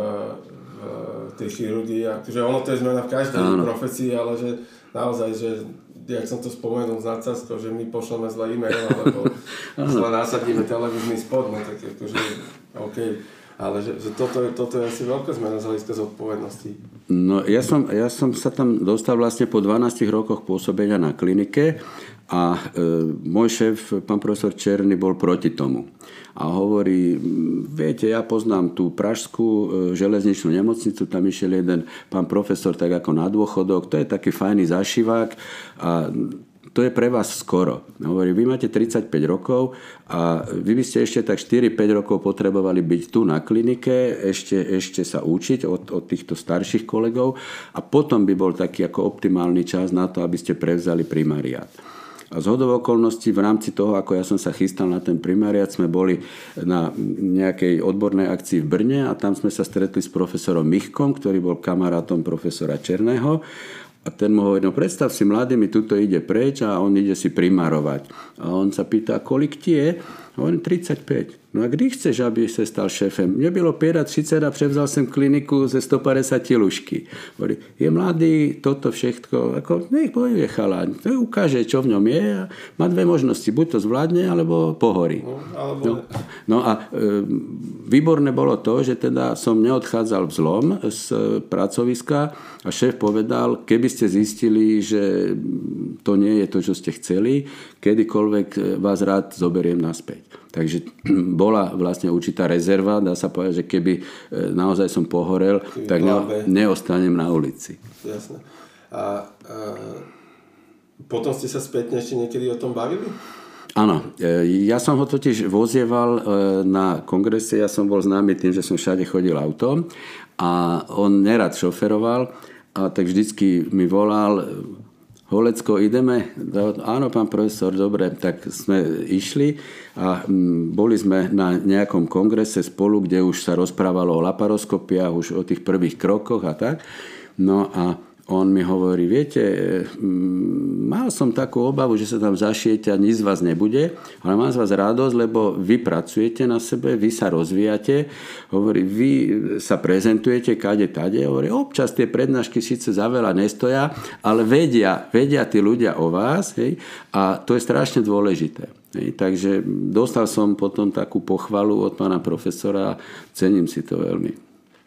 v tej chirurgii, akože ono to je zmena v každej Áno. profesii, ale že naozaj, že jak som to spomenul z nadsázkou, že my pošleme zle e-mail, alebo zle nasadíme televízny spot, no tak akože OK. Ale že, že toto, je, toto je asi veľká zmena z hľadiska zodpovednosti. No ja som, ja som sa tam dostal vlastne po dvanástich rokoch pôsobenia na klinike a e, môj šéf, pán profesor Černý, bol proti tomu. A hovorí, viete, ja poznám tú pražskú e, železničnú nemocnicu, tam išiel jeden pán profesor tak ako na dôchodok, to je taký fajný zašivák a to je pre vás skoro. Hovorí, vy máte tridsaťpäť rokov a vy by ste ešte tak štyri päť rokov potrebovali byť tu na klinike, ešte, ešte sa učiť od, od týchto starších kolegov a potom by bol taký ako optimálny čas na to, aby ste prevzali primariát. A zhodou okolností v rámci toho, ako ja som sa chystal na ten primariát, sme boli na nejakej odbornej akcii v Brne a tam sme sa stretli s profesorom Michkom, ktorý bol kamarátom profesora Černého. A ten mu hovorí, no predstav si, mladý mi tuto ide preč a on ide si primárovať. A on sa pýta, kolik ti je? Hovorím, tridsaťpäť. No a kdy chceš, aby sa stal šéfem? Mne bylo päťdesiat a prevzal som kliniku ze stopäťdesiat ľužky. Hovorí, je mladý, toto všetko, ako nech bojuje chalaň. To ukáže, čo v ňom je a má dve možnosti. Buď to zvládne, alebo pohorí. No, alebo... no, no a e, výborné bolo to, že teda som neodchádzal vzlom z pracoviska a šéf povedal, keby ste zistili, že to nie je to, čo ste chceli, kedykoľvek vás rád zoberiem naspäť. Takže bola vlastne určitá rezerva, dá sa povedať, že keby naozaj som pohorel, keby tak ne, neostanem na ulici. Jasné. A, a potom ste sa spätne ešte niekedy o tom bavili? Áno, ja som ho totiž vozieval na kongrese, ja som bol známy tým, že som všade chodil autom a on nerad šoferoval a tak vždycky mi volal, Holecko, ideme? Áno, pán profesor, dobre, tak sme išli a boli sme na nejakom kongrese spolu, kde už sa rozprávalo o laparoskopiách, už o tých prvých krokoch a tak. No a on mi hovorí, viete, mal som takú obavu, že sa tam zašijete a nič z vás nebude, ale mám z vás radosť, lebo vy pracujete na sebe, vy sa rozvíjate, hovorí, vy sa prezentujete kade tade, hovorí, občas tie prednášky síce za veľa nestoja, ale vedia, vedia tí ľudia o vás, hej, a to je strašne dôležité. Hej, takže dostal som potom takú pochvalu od pána profesora, cením si to veľmi.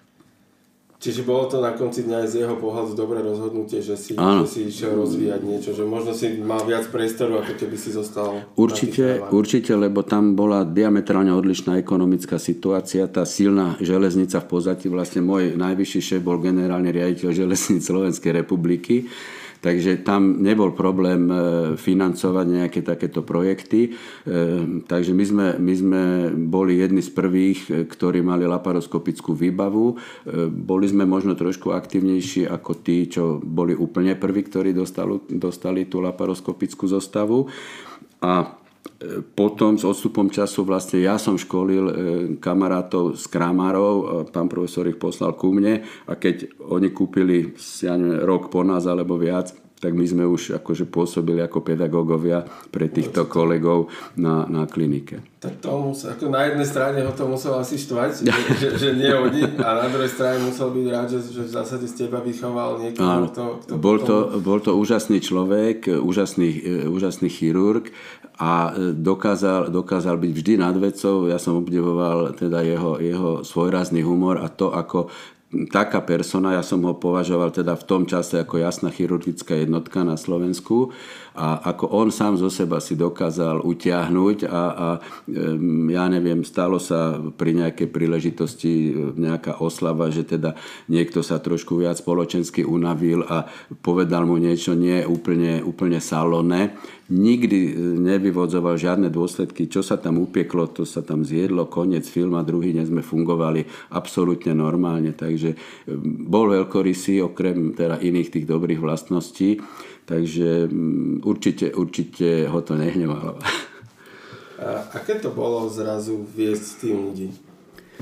Čiže bolo to na konci dňa aj z jeho pohľadu dobré rozhodnutie, že si, že si išiel rozvíjať niečo, že možno si mal viac priestoru, ako keby si zostal. Určite, určite, lebo tam bola diametrálne odlišná ekonomická situácia. Tá silná železnica v pozadí, vlastne môj najvyšší šéf bol generálny riaditeľ železníc Slovenskej republiky. Takže tam nebol problém financovať nejaké takéto projekty. Takže my sme, my sme boli jedni z prvých, ktorí mali laparoskopickú výbavu. Boli sme možno trošku aktivnejší ako tí, čo boli úplne prví, ktorí dostali, dostali tú laparoskopickú zostavu. A potom s odstupom času vlastne ja som školil kamarátov z kramárov, pán profesor ich poslal ku mne a keď oni kúpili ja neviem, rok po nás alebo viac, tak my sme už akože pôsobili ako pedagógovia pre týchto kolegov na, na klinike. Tak to musel, ako na jednej strane ho to musel asi štvať, že, že, že nie oni, a na druhej strane musel byť rád, že, že v zásade z teba vychoval niekoho, kto, kto bol, potom... to, bol to úžasný človek, úžasný, úžasný chirurg a dokázal, dokázal byť vždy nad vecou. Ja som obdivoval teda jeho, jeho svojrázny humor a to, ako taká persona, ja som ho považoval teda v tom čase ako jasná chirurgická jednotka na Slovensku a ako on sám zo seba si dokázal utiahnuť a, a ja neviem, stalo sa pri nejakej príležitosti nejaká oslava, že teda niekto sa trošku viac spoločensky unavil a povedal mu niečo nie úplne, úplne salónne. Nikdy nevyvodzoval žiadne dôsledky, čo sa tam upieklo, to sa tam zjedlo, koniec film a druhý deň sme fungovali absolútne normálne, takže bol veľkorysý okrem teda iných tých dobrých vlastností, takže určite, určite ho to nehnevalo. A aké to bolo zrazu viesť tým ľudí?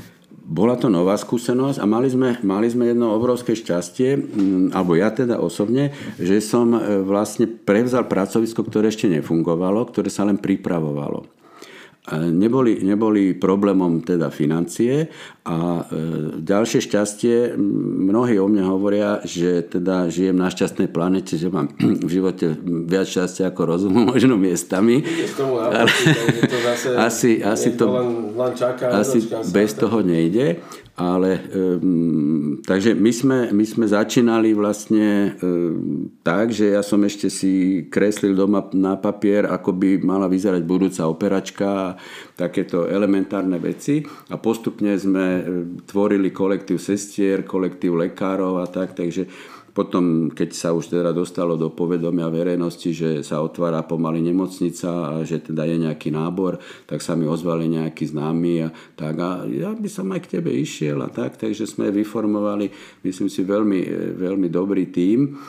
bola to nová skúsenosť a mali sme, mali sme jedno obrovské šťastie, alebo ja teda osobne, že som vlastne prevzal pracovisko, ktoré ešte nefungovalo, ktoré sa len pripravovalo. Neboli, neboli problémom teda financie a e, ďalšie šťastie, mnohí o mne hovoria, že teda žijem na šťastnej planete, že mám v živote viac šťastia ako rozumu, možno miestami. Ale to zase asi, asi to len, len čaká, asi bez toho nejde. Ale um, takže my sme, my sme začínali vlastne um, tak, že ja som ešte si kreslil doma na papier, ako by mala vyzerať budúca operačka, takéto elementárne veci a postupne sme tvorili kolektív sestier, kolektív lekárov a tak, takže potom, keď sa už teda dostalo do povedomia verejnosti, že sa otvára pomaly nemocnica a že teda je nejaký nábor, tak sa mi ozvali nejakí známi a tak. A ja by som aj k tebe išiel a tak. Takže sme vyformovali, myslím si, veľmi, veľmi dobrý tím.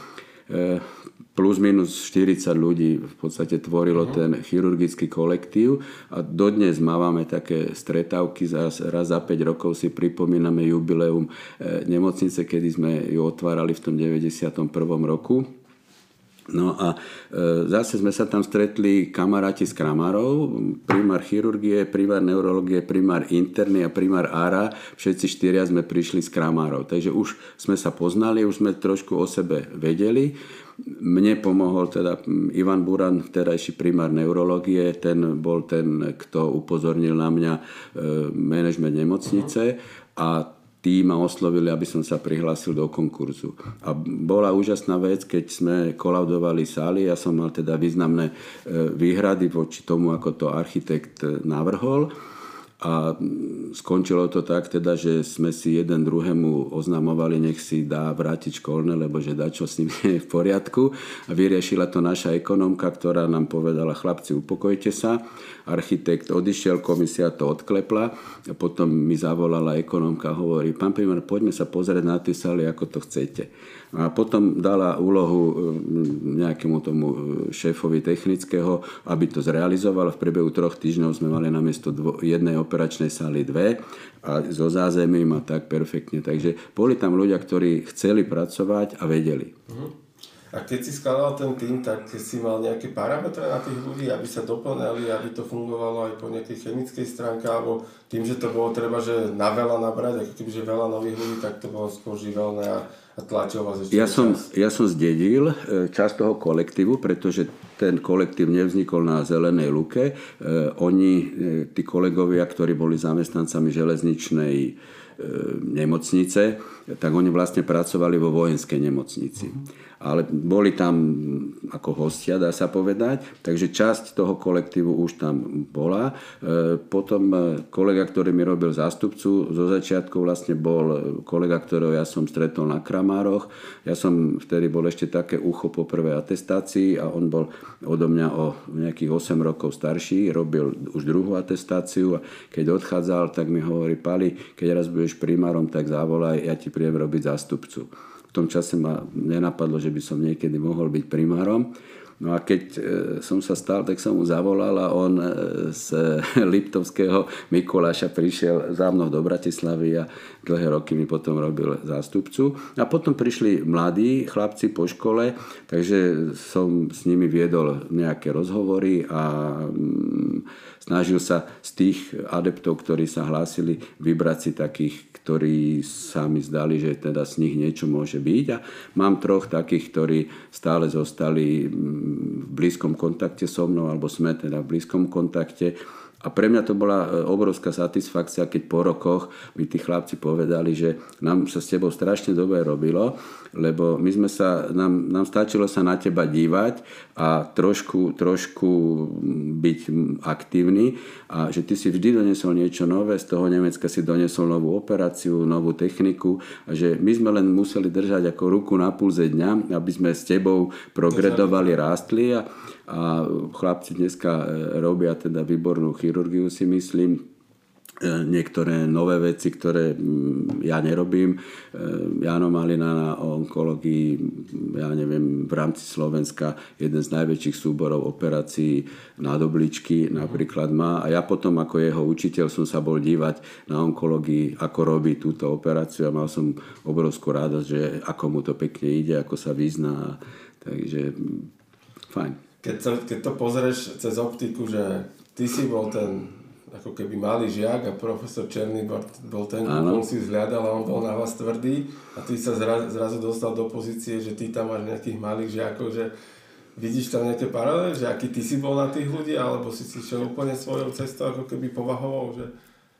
Plus minus štyridsať ľudí v podstate tvorilo ten chirurgický kolektív a dodnes mávame také stretávky, raz za päť rokov si pripomíname jubileum nemocnice, kedy sme ju otvárali v tom deväťdesiatom prvom roku. No a e, zase sme sa tam stretli kamaráti z Kramárov, primár chirurgie, primár neurologie, primár interny a primár ára. Všetci štyria sme prišli z Kramárov. Takže už sme sa poznali, už sme trošku o sebe vedeli. Mne pomohol teda Ivan Buran, vtedajší primár neurologie, ten bol ten, kto upozornil na mňa e, manažment nemocnice a tí ma oslovili, aby som sa prihlásil do konkurzu. A bola úžasná vec, keď sme kolaudovali sály, ja som mal teda významné výhrady voči tomu, ako to architekt navrhol. A skončilo to tak teda, že sme si jeden druhému oznamovali, nech si dá vrátiť školné, lebo že dačo s ním je v poriadku. A vyriešila to naša ekonomka, ktorá nám povedala, chlapci, upokojte sa. Architekt odišiel, komisia to odklepla a potom mi zavolala ekonomka a hovorí, pán primár, poďme sa pozrieť na tie sály, ako to chcete. A potom dala úlohu nejakému tomu šéfovi technického, aby to zrealizoval. V priebehu troch týždňov sme mali namiesto dvo- jednej operačnej sály dve a so zázemím a tak perfektne. Takže boli tam ľudia, ktorí chceli pracovať a vedeli. Uh-huh. A keď si skladal ten tým, tak si mal nejaké parametre na tých ľudí, aby sa doplňali, aby to fungovalo aj po nejakej chemickej stránke, alebo tým, že to bolo treba, že na veľa nabrať, ako kebyže veľa nových ľudí, tak to bolo skôr živelné a, a tlačil vás ešte ja som, čas. Ja som zdedil časť toho kolektívu, pretože ten kolektív nevznikol na zelenej luke. Oni, tí kolegovia, ktorí boli zamestnancami železničnej nemocnice, tak oni vlastne pracovali vo vojenskej nemocnici. Uh-huh. Ale boli tam ako hostia, dá sa povedať, takže časť toho kolektívu už tam bola. Potom kolega, ktorý mi robil zástupcu, zo začiatku vlastne bol kolega, ktorého ja som stretol na Kramároch. Ja som vtedy bol ešte také ucho po prvej atestácii a on bol odo mňa o nejakých osem rokov starší, robil už druhú atestáciu a keď odchádzal, tak mi hovorí, Pali, keď raz budeš primárom, tak zavolaj, ja ti príjem robiť zástupcu. V tom čase ma nenapadlo, že by som niekedy mohol byť primárom. No a keď e, som sa stal, tak som mu zavolal a on e, z Liptovského Mikuláša prišiel za mnou do Bratislavy a dlhé roky mi potom robil zástupcu. A potom prišli mladí chlapci po škole, takže som s nimi viedol nejaké rozhovory a mm, snažil sa z tých adeptov, ktorí sa hlásili, vybrať si takých, ktorí sa mi zdali, že teda z nich niečo môže byť. A mám troch takých, ktorí stále zostali v blízkom kontakte so mnou, alebo sme teda v blízkom kontakte. A pre mňa to bola obrovská satisfakcia, keď po rokoch mi tí chlapci povedali, že nám sa s tebou strašne dobre robilo, lebo my sme sa, nám, nám stačilo sa na teba dívať a trošku, trošku byť aktívny a že ty si vždy donesol niečo nové, z toho Nemecka si donesol novú operáciu, novú techniku a že my sme len museli držať ako ruku na pulze dňa, aby sme s tebou progredovali, rástli a a chlapci dneska robia teda výbornú chirurgiu, si myslím. niektoré nové veci, ktoré ja nerobím. Jano Malina na onkológii, ja neviem, v rámci Slovenska jeden z najväčších súborov operácií nádobličky napríklad má. A ja potom ako jeho učiteľ som sa bol dívať na onkológii, ako robí túto operáciu a mal som obrovskú radosť, že ako mu to pekne ide, ako sa vyzná. Takže fajn. Keď, to, keď to pozrieš cez optiku, že ty si bol ten ako keby malý žiak a profesor Černý bol ten, ktorý si vzhľadal a on bol na vás tvrdý a ty sa zra, zrazu dostal do pozície, že ty tam máš nejakých malých žiakov, že vidíš tam nejaké paralely, že aký ty si bol na tých ľudí, alebo si si šiel úplne svojou cestou ako keby povahovou, že...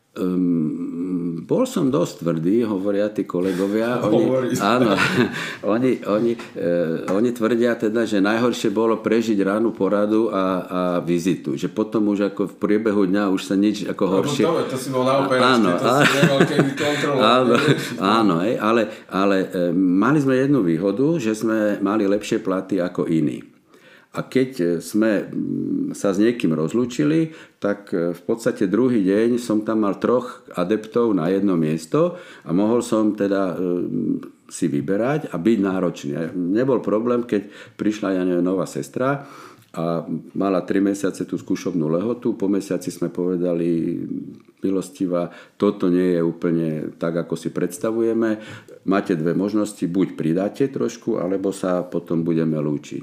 Um, bol som dosť tvrdý, hovoria tí kolegovia. Oni, áno, oni, oni, uh, oni tvrdia teda, že najhoršie bolo prežiť ránu poradu a, a vizitu. Že potom už ako v priebehu dňa už sa nič ako no, horšie... To, to si bol na operačke, to si nemal keby kontrolovať. Áno, áno hej, ale, ale um, mali sme jednu výhodu, že sme mali lepšie platy ako iní. A keď sme sa s niekým rozlúčili, tak v podstate druhý deň som tam mal troch adeptov na jedno miesto a mohol som teda si vyberať a byť náročný. Nebol problém, keď prišla ja neviem, nová sestra a mala tri mesiace tú skúšobnú lehotu. Po mesiaci sme povedali milostivá, toto nie je úplne tak, ako si predstavujeme. Máte dve možnosti, buď pridáte trošku, alebo sa potom budeme lúčiť.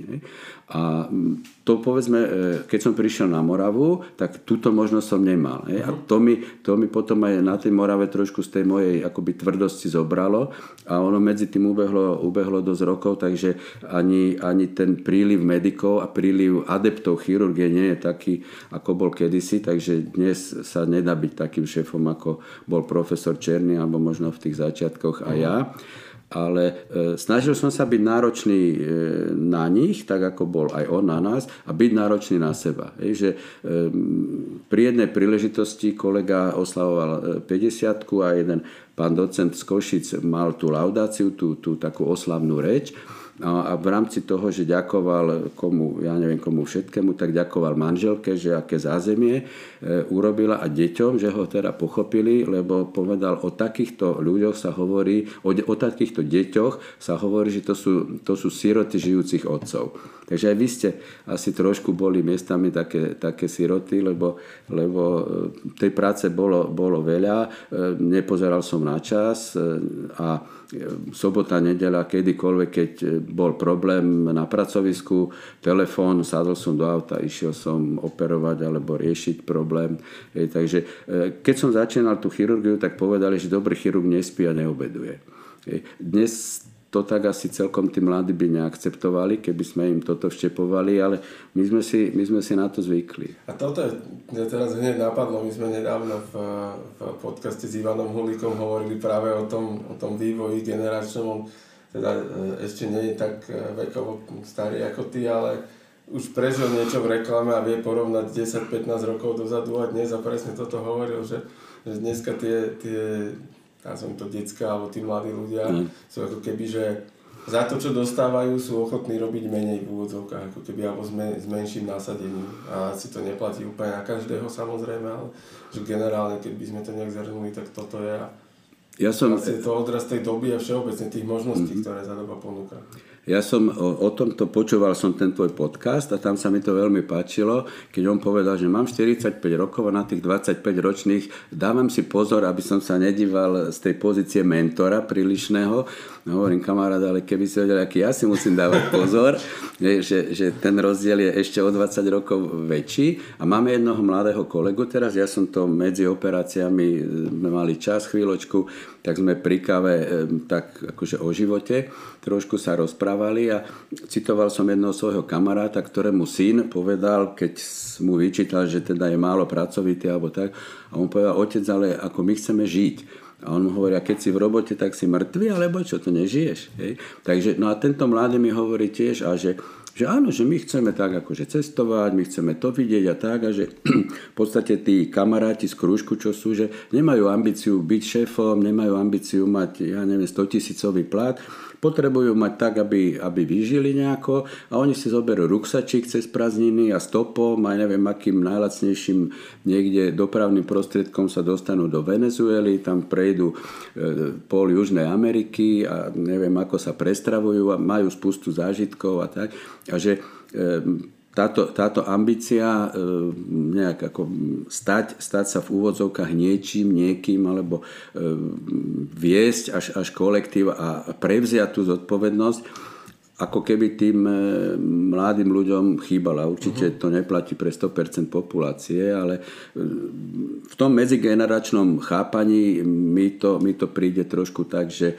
A to povedzme, keď som prišiel na Moravu, tak túto možnosť som nemal. A to mi, to mi potom aj na tej Morave trošku z tej mojej akoby tvrdosti zobralo a ono medzi tým ubehlo, ubehlo dosť rokov, takže ani, ani ten príliv medikov a príliv adeptov chirurgie nie je taký, ako bol kedysi, takže dnes sa nedá byť takým šéfom, ako bol profesor Černý, alebo možno v tých začiatkoch aj ja. Ale e, snažil som sa byť náročný e, na nich, tak ako bol aj on na nás, a byť náročný na seba. E, že, e, pri jednej príležitosti kolega oslavoval päťdesiatku a jeden pán docent z Košic mal tú laudáciu, tú, tú takú oslavnú reč. A v rámci toho, že ďakoval komu, ja neviem komu všetkému, tak ďakoval manželke, že aké zázemie e, urobila a deťom, že ho teda pochopili, lebo povedal, o takýchto ľuďoch sa hovorí, o, o takýchto deťoch sa hovorí, že to sú, to sú siroty žijúcich otcov. Takže aj vy ste asi trošku boli miestami také, také siroty, lebo, lebo tej práce bolo, bolo veľa, nepozeral som na čas a sobota, nedeľa, kedykoľvek, keď bol problém na pracovisku, telefón, sadol som do auta, išiel som operovať alebo riešiť problém. Takže keď som začínal tú chirurgiu, tak povedali, že dobrý chirurg nespí a neobeduje. Dnes to tak asi celkom tí mladí by neakceptovali, keby sme im toto vštepovali, ale my sme si, my sme si na to zvykli. A toto je, mňa teraz hneď napadlo, my sme nedávno v, v podcaste s Ivanom Hulíkom hovorili práve o tom, o tom vývoji generačnom, teda ešte nie je tak vekovo starý ako ty, ale už prežil niečo v reklame a vie porovnať desať pätnásť rokov dozadu a dnes a presne toto hovoril, že, že dneska tie, tie ja som to detská, alebo tí mladí ľudia mm. sú ako keby, že za to, čo dostávajú, sú ochotní robiť menej v úvodzovkách, ako keby, alebo s, men- s menším nasadením. A si to neplatí úplne na každého, samozrejme, ale že generálne, keď by sme to nejak zhrnuli, tak toto je. Ja som... Vlastne to odraz tej doby a všeobecne tých možností, mm-hmm. ktoré za doba ponúka. Ja som o, o tomto počúval som ten tvoj podcast a tam sa mi to veľmi páčilo, keď on povedal, že mám štyridsaťpäť rokov a na tých dvadsaťpäť ročných dávam si pozor, aby som sa nedíval z tej pozície mentora prílišného. No, hovorím, kamarát, ale keby si vedel, aký ja si musím dávať pozor, že, že ten rozdiel je ešte o dvadsať rokov väčší. A máme jednoho mladého kolegu teraz, ja som to medzi operáciami mali čas, chvíľočku, tak sme pri káve tak akože o živote trošku sa rozprávali a citoval som jednoho svojho kamaráta, ktorému syn povedal, keď mu vyčítal, že teda je málo pracovitý alebo tak, a on povedal, otec, ale ako my chceme žiť. A on mu hovorí, a keď si v robote, tak si mŕtvy, alebo čo, to nežiješ. Hej? Takže, no a tento mladý mi hovorí tiež, a že že áno, že my chceme tak akože cestovať, my chceme to vidieť a tak, a že v podstate tí kamaráti z krúžku, čo sú, že nemajú ambíciu byť šéfom, nemajú ambíciu mať, ja neviem, stotisícový plat, potrebujú mať tak, aby, aby vyžili nejako a oni si zoberú ruksačík cez prázdniny a stopom a neviem akým najlacnejším niekde dopravným prostriedkom sa dostanú do Venezuely, tam prejdú e, pol Južnej Ameriky a neviem ako sa prestravujú a majú spustu zážitkov a tak. A že e, Táto, táto ambícia e, nejak ako stať, stať sa v úvodzovkách niečím, niekým alebo e, viesť až, až kolektív a prevziať tú zodpovednosť, ako keby tým e, mladým ľuďom chýbala. Určite to neplatí pre sto percent populácie, ale e, v tom medzigeneračnom chápaní mi to, mi to príde trošku tak, že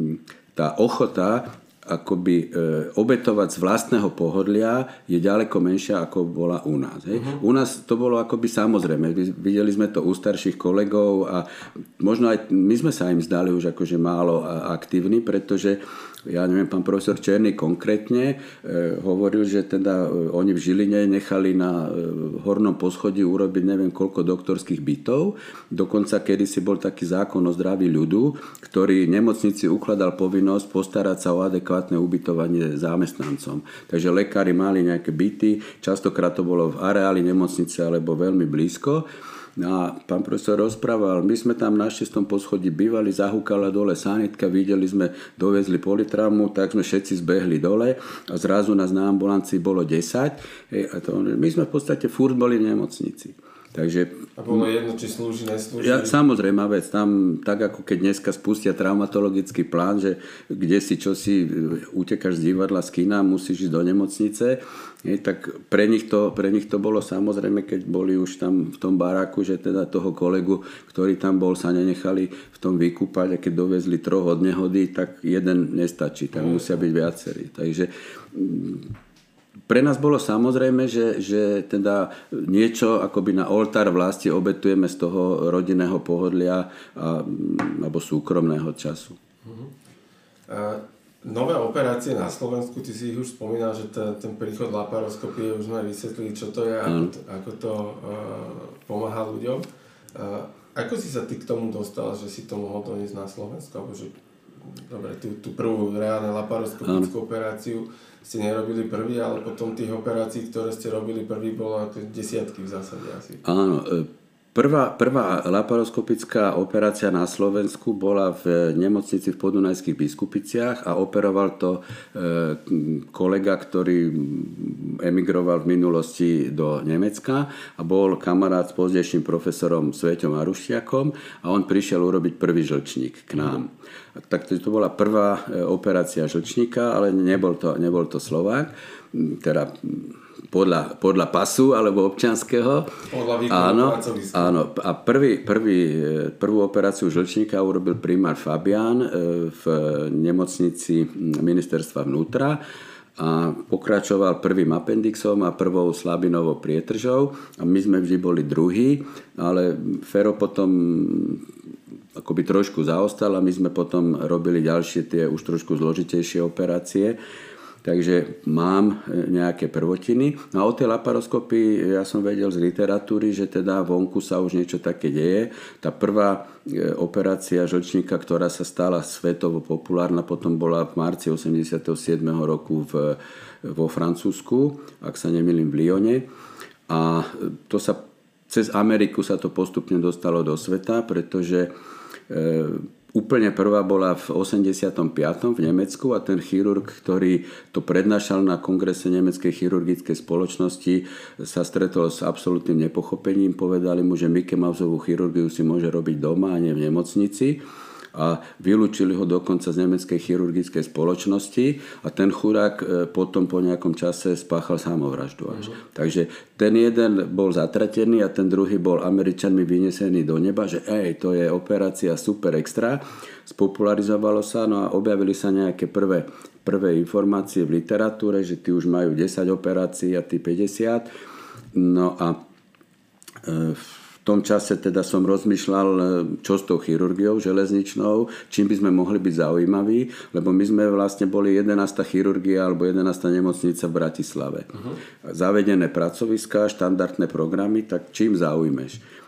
tá ochota akoby e, obetovať z vlastného pohodlia je ďaleko menšia, ako bola u nás. Hej. Uh-huh. U nás to bolo akoby samozrejme. Videli sme to u starších kolegov a možno aj my sme sa im zdali už akože málo aktívni, pretože ja neviem, pán profesor Černý konkrétne e, hovoril, že teda e, oni v Žiline nechali na e, hornom poschodí urobiť neviem koľko doktorských bytov. Dokonca kedysi bol taký zákon o zdraví ľudu, ktorý nemocnici ukladal povinnosť postarať sa o adekvátne ubytovanie zamestnancom. Takže lekári mali nejaké byty, častokrát to bolo v areáli nemocnice alebo veľmi blízko. A pán profesor rozprával, my sme tam na šiestom poschodí bývali, zahúkala dole sanitka, videli sme, dovezli politraumu, tak sme všetci zbehli dole a zrazu nás na ambulancii bolo desať. A to, my sme v podstate furt boli v nemocnici. Takže, a bolo jedno, či slúži, neslúži? Ja, samozrejme, vec, tam tak ako keď dneska spustia traumatologický plán, že kde si čo si utekáš z divadla, z kina, musíš ísť do nemocnice, je, tak pre nich, to, pre nich to bolo samozrejme, keď boli už tam v tom baráku, že teda toho kolegu, ktorý tam bol, sa nenechali v tom vykúpať a keď dovezli troch od nehody, tak jeden nestačí, tam musia byť viacerí. Takže pre nás bolo samozrejme, že, že teda niečo akoby na oltár vlasti obetujeme z toho rodinného pohodlia a, alebo súkromného času. Uh-huh. A nové operácie na Slovensku, ty si ich už spomínal, že ten, ten príchod laparoskopie už sme vysvetlili, čo to je, ako to, ako to uh, pomáha ľuďom. Uh, ako si sa ty k tomu dostal, že si to mohol doniesť na Slovensku? Alebo že, dobre, tú, tú prvú reálne laparoskopickú operáciu ste nerobili prvý, ale potom tých operácií, ktoré ste robili prvý, bolo ako desiatky v zásade asi. Áno, prvá, prvá laparoskopická operácia na Slovensku bola v nemocnici v Podunajských Biskupiciach a operoval to kolega, ktorý emigroval v minulosti do Nemecka a bol kamarát s pozdejším profesorom Sveťom Arušiakom a on prišiel urobiť prvý žlčník k nám. Tak to, to bola prvá operácia žlčníka, ale nebol to, nebol to Slovák, teda podľa, podľa pasu alebo občianskeho. Podľa výkonu áno, pracoviska. Áno, a prvý, prvý, prvú operáciu žlčníka urobil primár Fabián v nemocnici ministerstva vnútra a pokračoval prvým appendixom a prvou slabinovou prietržou a my sme vždy boli druhý, ale Fero potom akoby trošku zaostal a my sme potom robili ďalšie tie už trošku zložitejšie operácie. Takže mám nejaké prvotiny. No a o tej laparoskopii ja som vedel z literatúry, že teda vonku sa už niečo také deje. Tá prvá operácia žlčníka, ktorá sa stala svetovo populárna, potom bola v marci osemdesiateho siedmeho roku v, vo Francúzsku, ak sa nemýlim v Lyone. A to sa, cez Ameriku sa to postupne dostalo do sveta, pretože e, úplne prvá bola v osemdesiatom piatom v Nemecku a ten chirurg, ktorý to prednášal na kongrese Nemeckej chirurgickej spoločnosti, sa stretol s absolútnym nepochopením. Povedali mu, že Mickey Mouseovú chirurgiu si môže robiť doma a nie v nemocnici. A vylúčili ho dokonca z Nemeckej chirurgickej spoločnosti a ten chudák potom po nejakom čase spáchal samovraždu až. Uh-huh. Takže ten jeden bol zatratený a ten druhý bol Američanmi vynesený do neba, že ej, to je operácia super extra. Spopularizovalo sa, no a objavili sa nejaké prvé, prvé informácie v literatúre, že tí už majú desať operácií a tí päťdesiat. No a e, v tom čase teda som rozmýšľal, čo s tou chirurgiou železničnou, čím by sme mohli byť zaujímaví, lebo my sme vlastne boli jedenásta chirurgia alebo jedenásta nemocnica v Bratislave. Uh-huh. Zavedené pracoviská, štandardné programy, tak čím zaujmeš?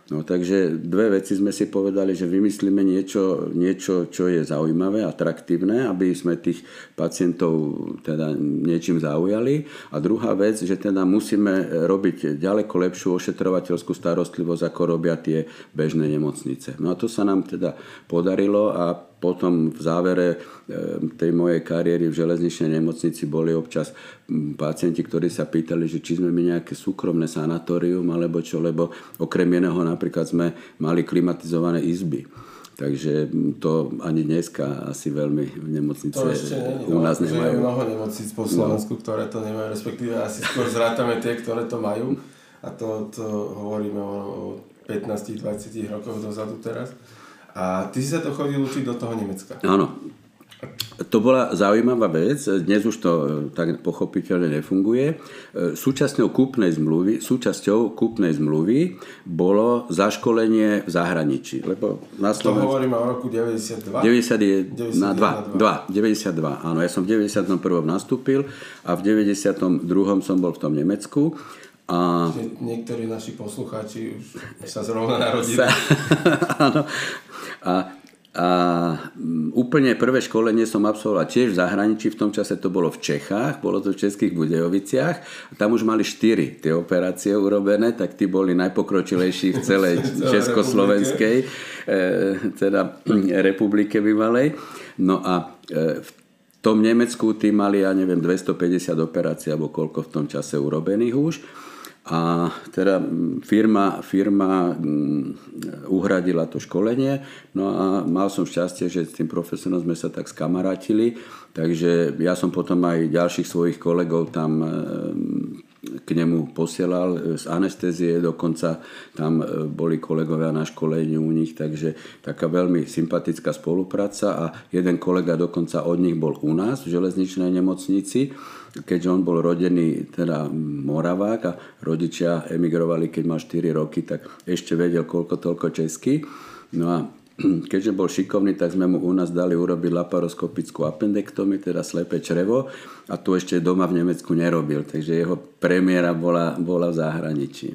No, takže dve veci sme si povedali, že vymyslíme niečo, niečo, čo je zaujímavé, atraktívne, aby sme tých pacientov teda niečím zaujali. A druhá vec, že teda musíme robiť ďaleko lepšiu ošetrovateľskú starostlivosť, ako robia tie bežné nemocnice. No a to sa nám teda podarilo a potom v závere tej mojej kariéry v železničnej nemocnici boli občas pacienti, ktorí sa pýtali, že či sme my nejaké súkromné sanatórium alebo čo, lebo okrem iného napríklad sme mali klimatizované izby. Takže to ani dneska asi veľmi v nemocnice u nás nemajú. Je mnoho nemocnic po Slovensku, no. ktoré to nemajú, respektíve asi skôr zrátame tie, ktoré to majú. A to, to hovoríme o, o pätnásť dvadsať rokoch dozadu teraz. A ty si sa to chodil učiť do toho Nemecka. Áno. To bola zaujímavá vec. Dnes už to tak pochopiteľne nefunguje. Súčasťou kúpnej zmluvy, súčasťou kúpnej zmluvy bolo zaškolenie v zahraničí. Lebo na Slovensku... To hovoríme o roku deväťdesiatdva. deväťdesiatdva. deväťdesiatdva. Áno, ja som v deväťdesiatom prvom nastúpil a v deväťdesiatom druhom som bol v tom Nemecku. A... Niektorí naši poslucháči už sa zrovna narodili. Áno. A, a úplne prvé školenie som absolvoval tiež v zahraničí, v tom čase to bolo v Čechách, bolo to v Českých Budejoviciach. Tam už mali štyri tie operácie urobené, tak tí boli najpokročilejší v celej Československej e, teda republike bývalej. No a e, v tom Nemecku tí mali, ja neviem, dvestopäťdesiat operácií alebo koľko v tom čase urobených už. A teda firma, firma uhradila to školenie, no a mal som šťastie, že s tým profesorom sme sa tak skamarátili, takže ja som potom aj ďalších svojich kolegov tam k nemu posielal z anestézie, dokonca tam boli kolegovia na školení u nich, takže taká veľmi sympatická spolupráca a jeden kolega dokonca od nich bol u nás v železničnej nemocnici, keďže on bol rodený teda Moravák a rodičia emigrovali, keď mal štyri roky, tak ešte vedel koľko toľko česky. No a keďže bol šikovný, tak sme mu u nás dali urobiť laparoskopickú appendektomiu, teda slepé črevo, a tu ešte doma v Nemecku nerobil, takže jeho premiéra bola, bola v zahraničí.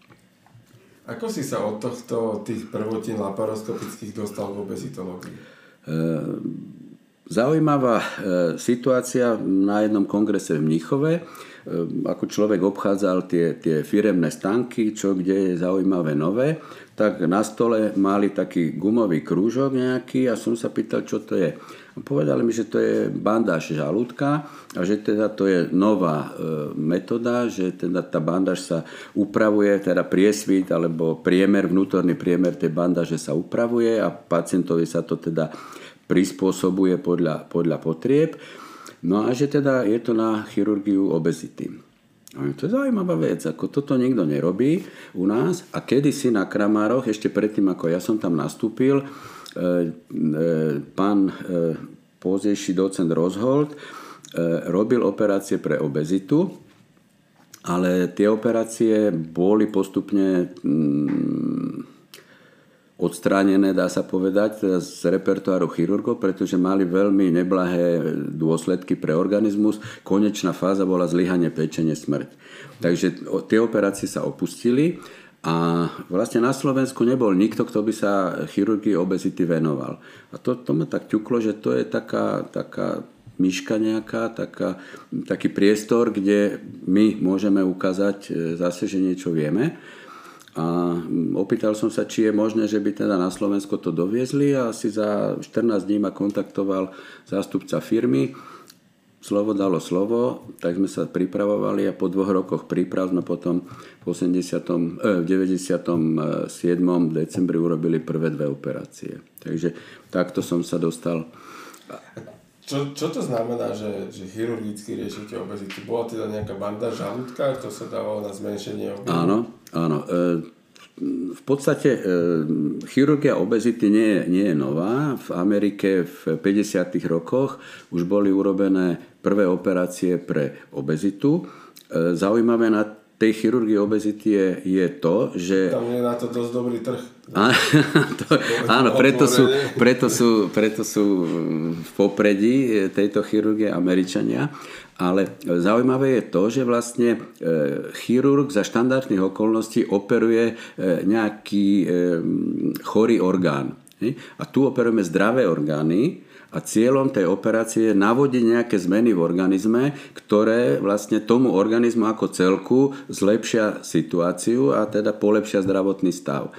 Ako si sa od tohto tých prvotín laparoskopických dostal k obezitológii? E- Zaujímavá e, situácia na jednom kongrese v Mníchove, e, ako človek obchádzal tie, tie firemné stánky, čo kde je zaujímavé nové, tak na stole mali taký gumový krúžok nejaký a som sa pýtal, čo to je. Povedali mi, že to je bandáž žalúdka a že teda to je nová e, metóda, že teda tá bandáž sa upravuje, teda priesvit alebo priemer, vnútorný priemer tej bandáže sa upravuje a pacientovi sa to teda prispôsobuje podľa, podľa potrieb. No a že teda je to na chirurgiu obezity. A to je zaujímavá vec, ako toto nikto nerobí u nás. A kedysi na Kramároch, ešte predtým, ako ja som tam nastúpil, e, e, pán e, pozejší docent Rozholt e, robil operácie pre obezitu, ale tie operácie boli postupne... Mm, odstránené, dá sa povedať, teda z repertoáru chirurgov, pretože mali veľmi neblahé dôsledky pre organizmus. Konečná fáza bola zlyhanie pečene, smrť. Takže tie operácie sa opustili a vlastne na Slovensku nebol nikto, kto by sa chirurgii obezity venoval. A to, to ma tak ťuklo, že to je taká, taká myška nejaká, taká, taký priestor, kde my môžeme ukázať zase, že niečo vieme. A opýtal som sa, či je možné, že by teda na Slovensko to doviezli a asi za štrnásť dní ma kontaktoval zástupca firmy. Slovo dalo slovo, tak sme sa pripravovali a po dvoch rokoch príprav sme potom v, osemdesiatom, eh, v deväťdesiatom siedmom decembri urobili prvé dve operácie. Takže takto som sa dostal. Čo, čo to znamená, že, že chirurgicky riešite obezitu? Bola teda nejaká bandáž žalúdka, to sa dávalo na zmenšenie obezitu? Áno, áno. V podstate chirurgia obezity nie je, nie je nová. V Amerike v päťdesiatych rokoch už boli urobené prvé operácie pre obezitu. Zaujímavé na tej chirurgie obezity je, je to, že... Tam je na to dosť dobrý trh. Á, to, áno, preto sú, preto, sú, preto sú v popredí tejto chirurgie Američania. Ale zaujímavé je to, že vlastne chirurg za štandardných okolností operuje nejaký chorý orgán. A tu operujeme zdravé orgány, a cieľom tej operácie je navodiť nejaké zmeny v organizme, ktoré vlastne tomu organizmu ako celku zlepšia situáciu a teda polepšia zdravotný stav.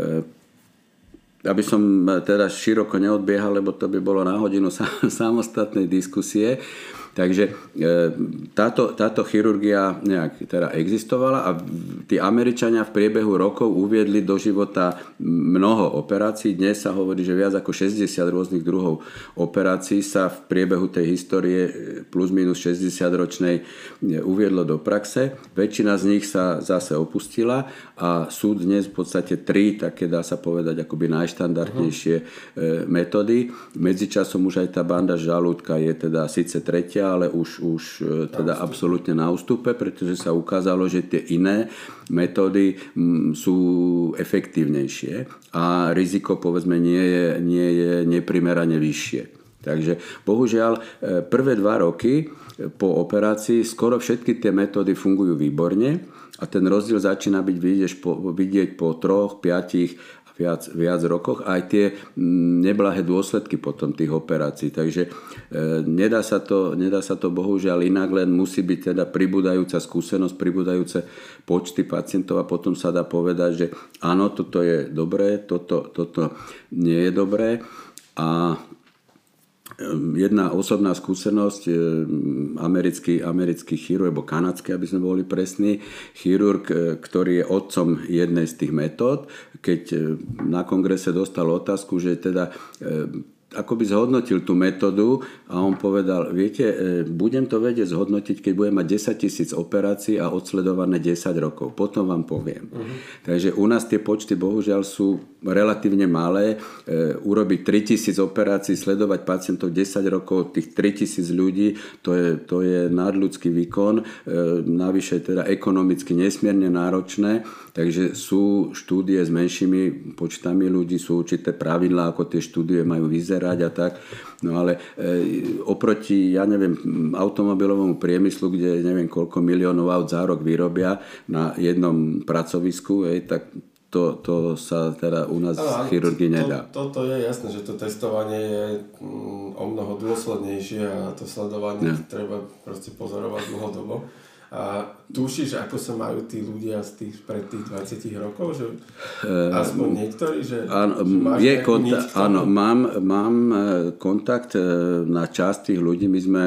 Aby som teda široko neodbiehal, lebo to by bolo na hodinu samostatnej diskusie. Takže táto, táto chirurgia nejak teda existovala a tí Američania v priebehu rokov uviedli do života mnoho operácií. Dnes sa hovorí, že viac ako šesťdesiat rôznych druhov operácií sa v priebehu tej histórie plus minus šesťdesiatročnej uviedlo do praxe. Väčšina z nich sa zase opustila a sú dnes v podstate tri, také dá sa povedať akoby najštandardnejšie uh-huh. metódy. Medzičasom už aj tá banda žalúdka je teda síce tretia, ale už, už teda absolútne na ústupe, pretože sa ukázalo, že tie iné metódy sú efektívnejšie a riziko povedzme nie je, nie je neprimerane vyššie. Takže bohužiaľ prvé dva roky po operácii skoro všetky tie metódy fungujú výborne a ten rozdiel začína byť vidieť po, vidieť po troch, piatich Viac, viac rokoch aj tie neblahé dôsledky potom tých operácií. Takže e, nedá, sa to, nedá sa to bohužiaľ inak, len musí byť teda pribúdajúca skúsenosť, pribúdajúce počty pacientov a potom sa dá povedať, že áno, toto je dobré, toto, toto nie je dobré. A jedna osobná skúsenosť, americký, americký chirurg, alebo kanadský, aby sme boli presní, chirurg, ktorý je otcom jednej z tých metód, keď na kongrese dostal otázku, že teda ako by zhodnotil tú metódu a on povedal, viete, budem to vedieť zhodnotiť, keď budem mať desaťtisíc operácií a odsledované desať rokov. Potom vám poviem. Uh-huh. Takže u nás tie počty bohužiaľ sú relatívne malé. E, urobiť tritisíc operácií, sledovať pacientov desať rokov, tých tritisíc ľudí, to je, to je nadľudský výkon. E, navyše teda ekonomicky nesmierne náročné. Takže sú štúdie s menšími počtami ľudí, sú určité pravidlá, ako tie štúdie majú vyzerať a tak. No ale e, oproti, ja neviem, automobilovému priemyslu, kde neviem koľko miliónov aut za rok vyrobia na jednom pracovisku, hej, tak to, to sa teda u nás v chirurgii nedá. To, toto je jasné, že to testovanie je mm, o mnoho dôslednejšie a to sledovanie ja. treba proste pozorovať dlhodobo. A tušíš, ako sa majú tí ľudia z tých, pred tých dvadsať rokov? Že aspoň niektorí? Že, áno, že máš je konta- áno mám, mám kontakt na časť tých ľudí. My sme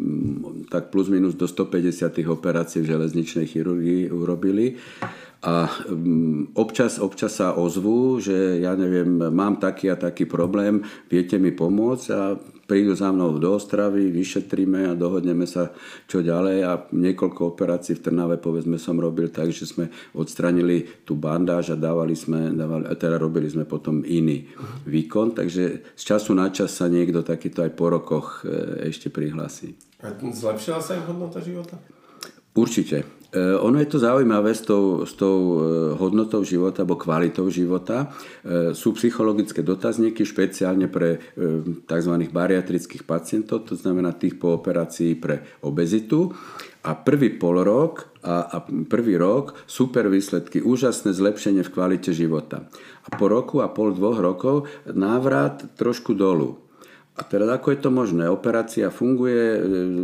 tak plus minus do stopäťdesiat operácií v železničnej chirurgii urobili. A občas, občas sa ozvú, že ja neviem, mám taký a taký problém, viete mi pomôcť a prídu za mnou do Ostravy, vyšetríme a dohodneme sa čo ďalej a niekoľko operácií v Trnave povedzme som robil tak, že sme odstranili tú bandáž a dávali sme, dávali, teda robili sme potom iný výkon, takže z času na čas sa niekto takýto aj po rokoch ešte prihlási. A zlepšila sa im hodnota života? Určite. Ono je to zaujímavé s tou, s tou hodnotou života alebo kvalitou života. Sú psychologické dotazníky špeciálne pre tzv. Bariatrických pacientov, to znamená tých po operácii pre obezitu. A prvý pol rok a, a prvý rok super výsledky, úžasné zlepšenie v kvalite života. A po roku a pol, dvoch rokov návrat trošku dolu. A teraz ako je to možné? Operácia funguje,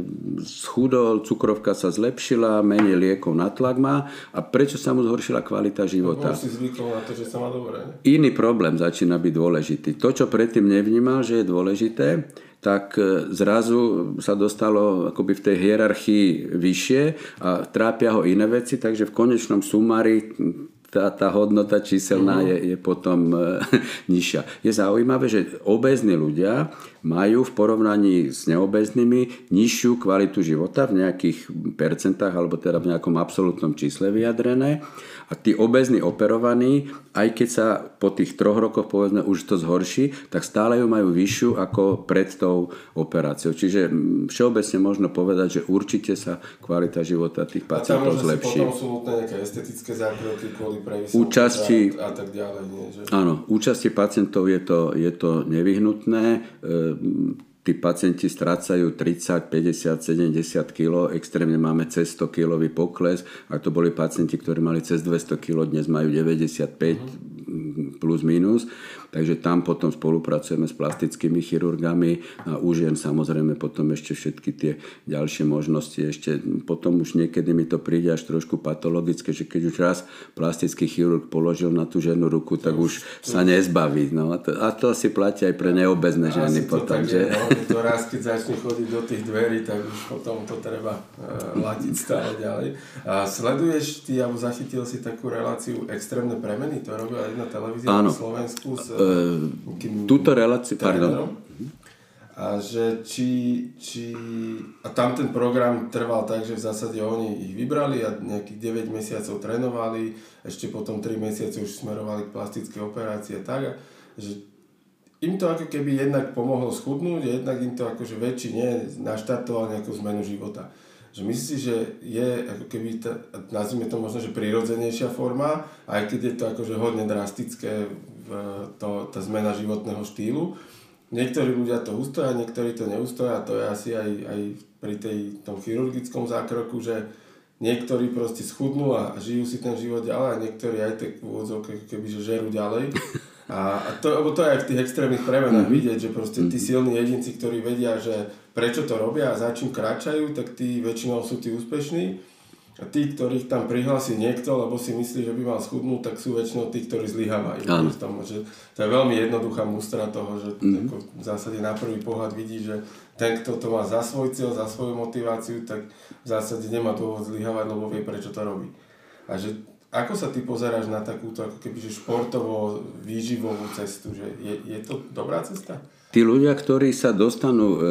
schudol, cukrovka sa zlepšila, menej liekov na tlak má. A prečo sa mu zhoršila kvalita života? On si zvykol na to, že sa má dobre. Iný problém začína byť dôležitý. To, čo predtým nevnímal, že je dôležité, tak zrazu sa dostalo akoby v tej hierarchii vyššie a trápia ho iné veci, takže v konečnom sumári tá, tá hodnota číselná uh-huh. je, je potom e, nižšia. Je zaujímavé, že obézni ľudia majú v porovnaní s neobéznymi nižšiu kvalitu života v nejakých percentách alebo teda v nejakom absolútnom čísle vyjadrené. A tí obézni operovaní, aj keď sa po tých troch rokoch povedzme už to zhorší, tak stále ju majú vyššiu ako pred tou operáciou. Čiže všeobecne možno povedať, že určite sa kvalita života tých pacientov zlepší. A tam potom sú nutné nejaké estetické zákroky kvôli prevysokým účasti, a tak ďalej. Nie, že? Áno, účasti pacientov je to, je to nevyhnutné. Tí pacienti strácajú tridsať, päťdesiat, sedemdesiat kg, extrémne máme cez sto kilový pokles. Ak to boli pacienti, ktorí mali cez dvesto kg, dnes majú deväťdesiatpäť uh-huh. plus minus. Takže tam potom spolupracujeme s plastickými chirurgami a u žien samozrejme potom ešte všetky tie ďalšie možnosti. Ešte potom už niekedy mi to príde až trošku patologické, že keď už raz plastický chirurg položil na tú ženu ruku, tak už sa nezbaví. No, a, to, a to asi platí aj pre neobezné ženy potom. Že... No, to raz, keď začne chodiť do tých dverí, tak už potom to treba uh, ladiť stále ďalej. A sleduješ ty, alebo zachytil si takú reláciu Extrémne premeny? To robila jedna televízia na Slovensku s Kým, túto reláciu, pardon. A že či, či... A tam ten program trval tak, že v zásade oni ich vybrali a nejakých deväť mesiacov trénovali, ešte potom tri mesiace už smerovali k plastickej operácii a tak. A že im to ako keby jednak pomohlo schudnúť a jednak im to akože väčšine naštartovalo nejakú zmenu života. Že myslíš, že je ako keby, tá, nazvime to možno, že prirodzenejšia forma, aj keď je to akože hodne drastické to, tá zmena životného štýlu. Niektorí ľudia to ustoja, niektorí to neustoja, to je asi aj, aj pri tej, tom chirurgickom zákroku, že niektorí proste schudnú a žijú si ten život ďalej a niektorí aj tak v úvodzovkách keby, že žerú ďalej. A, a to, lebo to je aj v tých extrémnych premenách vidieť, že proste tí silní jedinci, ktorí vedia, že prečo to robia a za čím kráčajú, tak tí väčšinou sú tí úspešní. A tí, ktorých tam prihlási niekto, lebo si myslí, že by mal schudnúť, tak sú väčšinou tí, ktorí zlyhávajú. To je veľmi jednoduchá mustra toho, že mm. ako v zásade na prvý pohľad vidí, že ten, kto to má za svoj cieľ, za svoju motiváciu, tak v zásade nemá dôvod zlyhávať, lebo vie, prečo to robí. A že ako sa ty pozeráš na takúto ako keby, že športovo výživovú cestu? Že je, je to dobrá cesta? Tí ľudia, ktorí sa dostanú... E,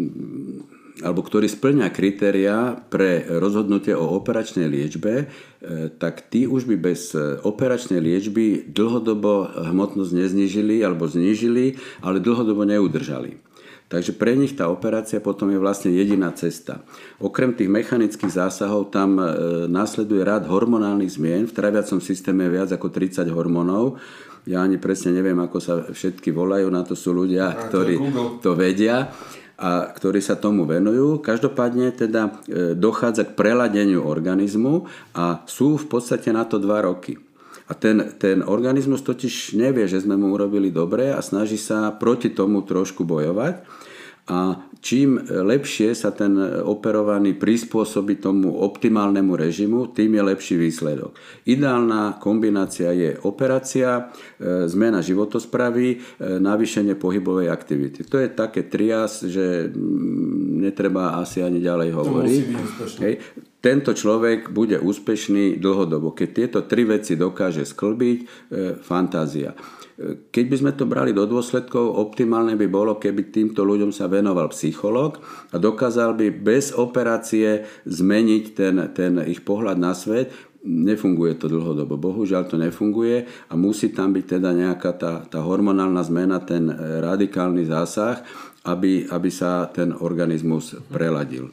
alebo ktorí splňa kritériá pre rozhodnutie o operačnej liečbe, tak tí už by bez operačnej liečby dlhodobo hmotnosť neznížili alebo znížili, ale dlhodobo neudržali. Takže pre nich tá operácia potom je vlastne jediná cesta. Okrem tých mechanických zásahov tam následuje rád hormonálnych zmien. V traviacom systéme je viac ako tridsať hormónov. Ja ani presne neviem, ako sa všetky volajú, na to sú ľudia, ktorí to vedia a ktorí sa tomu venujú. Každopádne teda e, dochádza k preladeniu organizmu a sú v podstate na to dva roky. A ten, ten organizmus totiž nevie, že sme mu urobili dobre a snaží sa proti tomu trošku bojovať. A čím lepšie sa ten operovaný prispôsobí tomu optimálnemu režimu, tým je lepší výsledok. Ideálna kombinácia je operácia, e, zmena životospravy, e, navýšenie pohybovej aktivity. To je také trias, že m, netreba asi ani ďalej hovoriť. Hej. Tento človek bude úspešný dlhodobo. Keď tieto tri veci dokáže sklbiť, e, fantázia. Keď by sme to brali do dôsledkov, optimálne by bolo, keby týmto ľuďom sa venoval psychológ a dokázal by bez operácie zmeniť ten, ten ich pohľad na svet. Nefunguje to dlhodobo. Bohužiaľ to nefunguje a musí tam byť teda nejaká tá, tá hormonálna zmena, ten radikálny zásah, aby, aby sa ten organizmus preladil.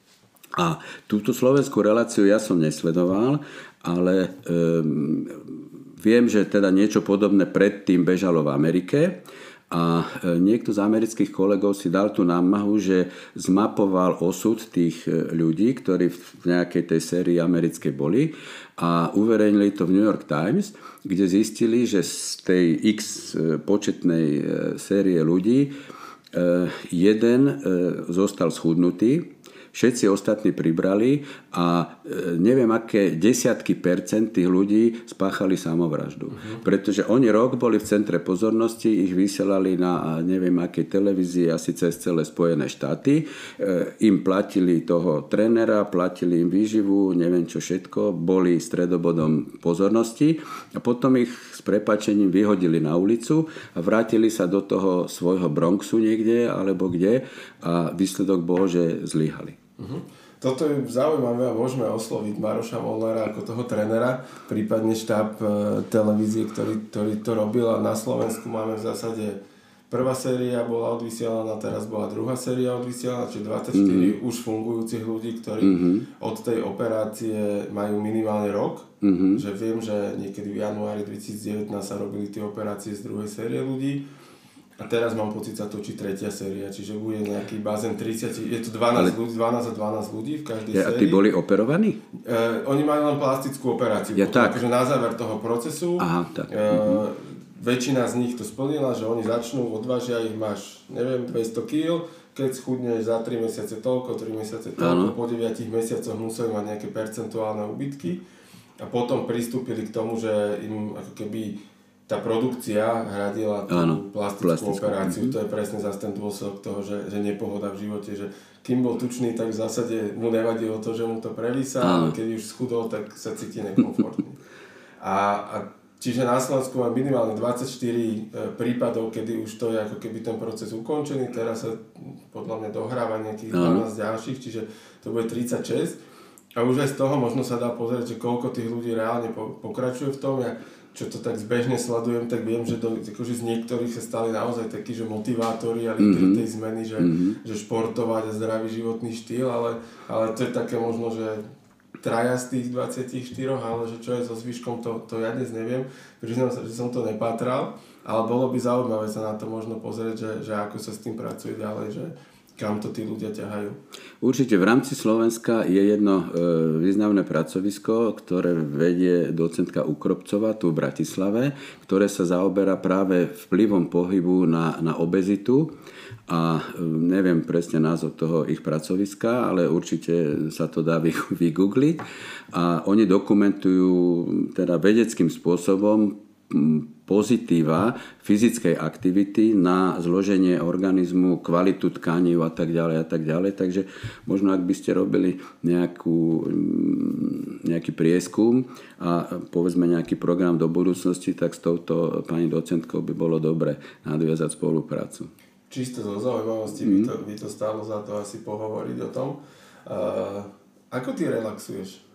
A túto slovenskú reláciu ja som nesledoval, ale um, viem, že teda niečo podobné predtým bežalo v Amerike a niekto z amerických kolegov si dal tú námahu, že zmapoval osud tých ľudí, ktorí v nejakej tej sérii americkej boli a uverejnili to v New York Times, kde zistili, že z tej X početnej série ľudí jeden zostal schudnutý, Všetci ostatní pribrali a neviem, aké desiatky percent tých ľudí spáchali samovraždu. Uh-huh. Pretože oni rok boli v centre pozornosti, ich vysielali na neviem akej televízii, asi cez celé Spojené štáty. Im platili toho trénera, platili im výživu, neviem čo všetko, boli stredobodom pozornosti a potom ich s prepáčením vyhodili na ulicu a vrátili sa do toho svojho Bronxu niekde alebo kde a výsledok bol, že zlyhali. Uh-huh. Toto je zaujímavé a môžeme osloviť Maroša Molnára ako toho trénera, prípadne štáb e, televízie, ktorý, ktorý to robil a na Slovensku máme v zásade prvá séria bola odvysielaná, teraz bola druhá séria odvysielaná, čiže dvadsaťštyri mm-hmm. už fungujúcich ľudí, ktorí mm-hmm. od tej operácie majú minimálne rok, mm-hmm. že viem, že niekedy v januári dvetisícdevätnásť sa robili tie operácie z druhej série ľudí. A teraz mám pocit, sa točí tretia séria, čiže bude nejaký bazén tridsať, je to dvanásť, ale... ľudí, dvanásť a dvanásť ľudí v každej ja, sérii. A tí boli operovaní? Uh, oni majú len plastickú operáciu, ja, potom, akože na záver toho procesu. Aha, tak. Uh, uh-huh. Väčšina z nich to splnila, že oni začnú, odvážia ich, máš, neviem, dvesto kíl, keď schudneš za tri mesiace toľko, tri mesiace toľko, ano. Po deviatich mesiacoch museli mať nejaké percentuálne úbytky a potom pristúpili k tomu, že im ako keby tá produkcia hradila tú áno, plastickú, plastickú operáciu. Mm-hmm. To je presne zase ten dôsledok toho, že, že nepohoda v živote, že kým bol tučný, tak v zásade mu nevadilo to, že mu to previsá, a keď už schudol, tak sa cíti nekomfortne. a, a čiže na Slovensku má minimálne dvadsaťštyri prípadov, kedy už to je ako keby ten proces ukončený, teraz sa podľa mňa dohráva nejakých dvanásť ďalších, čiže to bude tridsaťšesť. A už aj z toho možno sa dá pozrieť, že koľko tých ľudí reálne po, pokračuje v tom. Ja, čo to tak zbežne sledujem, tak viem, že do, akože z niektorých sa stali naozaj takí, že motivátori a lídri mm-hmm. tej zmeny, že, mm-hmm. že športovať a zdravý životný štýl, ale, ale to je také možno, že traja z tých dvadsaťštyri, ale že čo je so zvyškom, to, to ja dnes neviem. Priznám sa, že som to nepátral, ale bolo by zaujímavé sa na to možno pozrieť, že, že ako sa s tým pracuje ďalej, že kam to tí ľudia ťahajú. Určite v rámci Slovenska je jedno e, významné pracovisko, ktoré vedie docentka Ukropcová tu v Bratislave, ktoré sa zaoberá práve vplyvom pohybu na, na obezitu a e, neviem presne názov toho ich pracoviska, ale určite sa to dá vygoogliť a oni dokumentujú teda vedeckým spôsobom pozitíva fyzickej aktivity na zloženie organizmu, kvalitu tkaní a tak ďalej a tak ďalej. Takže možno ak by ste robili nejakú, nejaký prieskum a povedzme nejaký program do budúcnosti, tak s touto pani docentkou by bolo dobre nadviazať spoluprácu. Čisto zo zaujímavosti mm. by, to, by to stálo za to asi pohovoriť o tom. Uh, ako ty relaxuješ?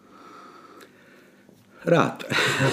Rád.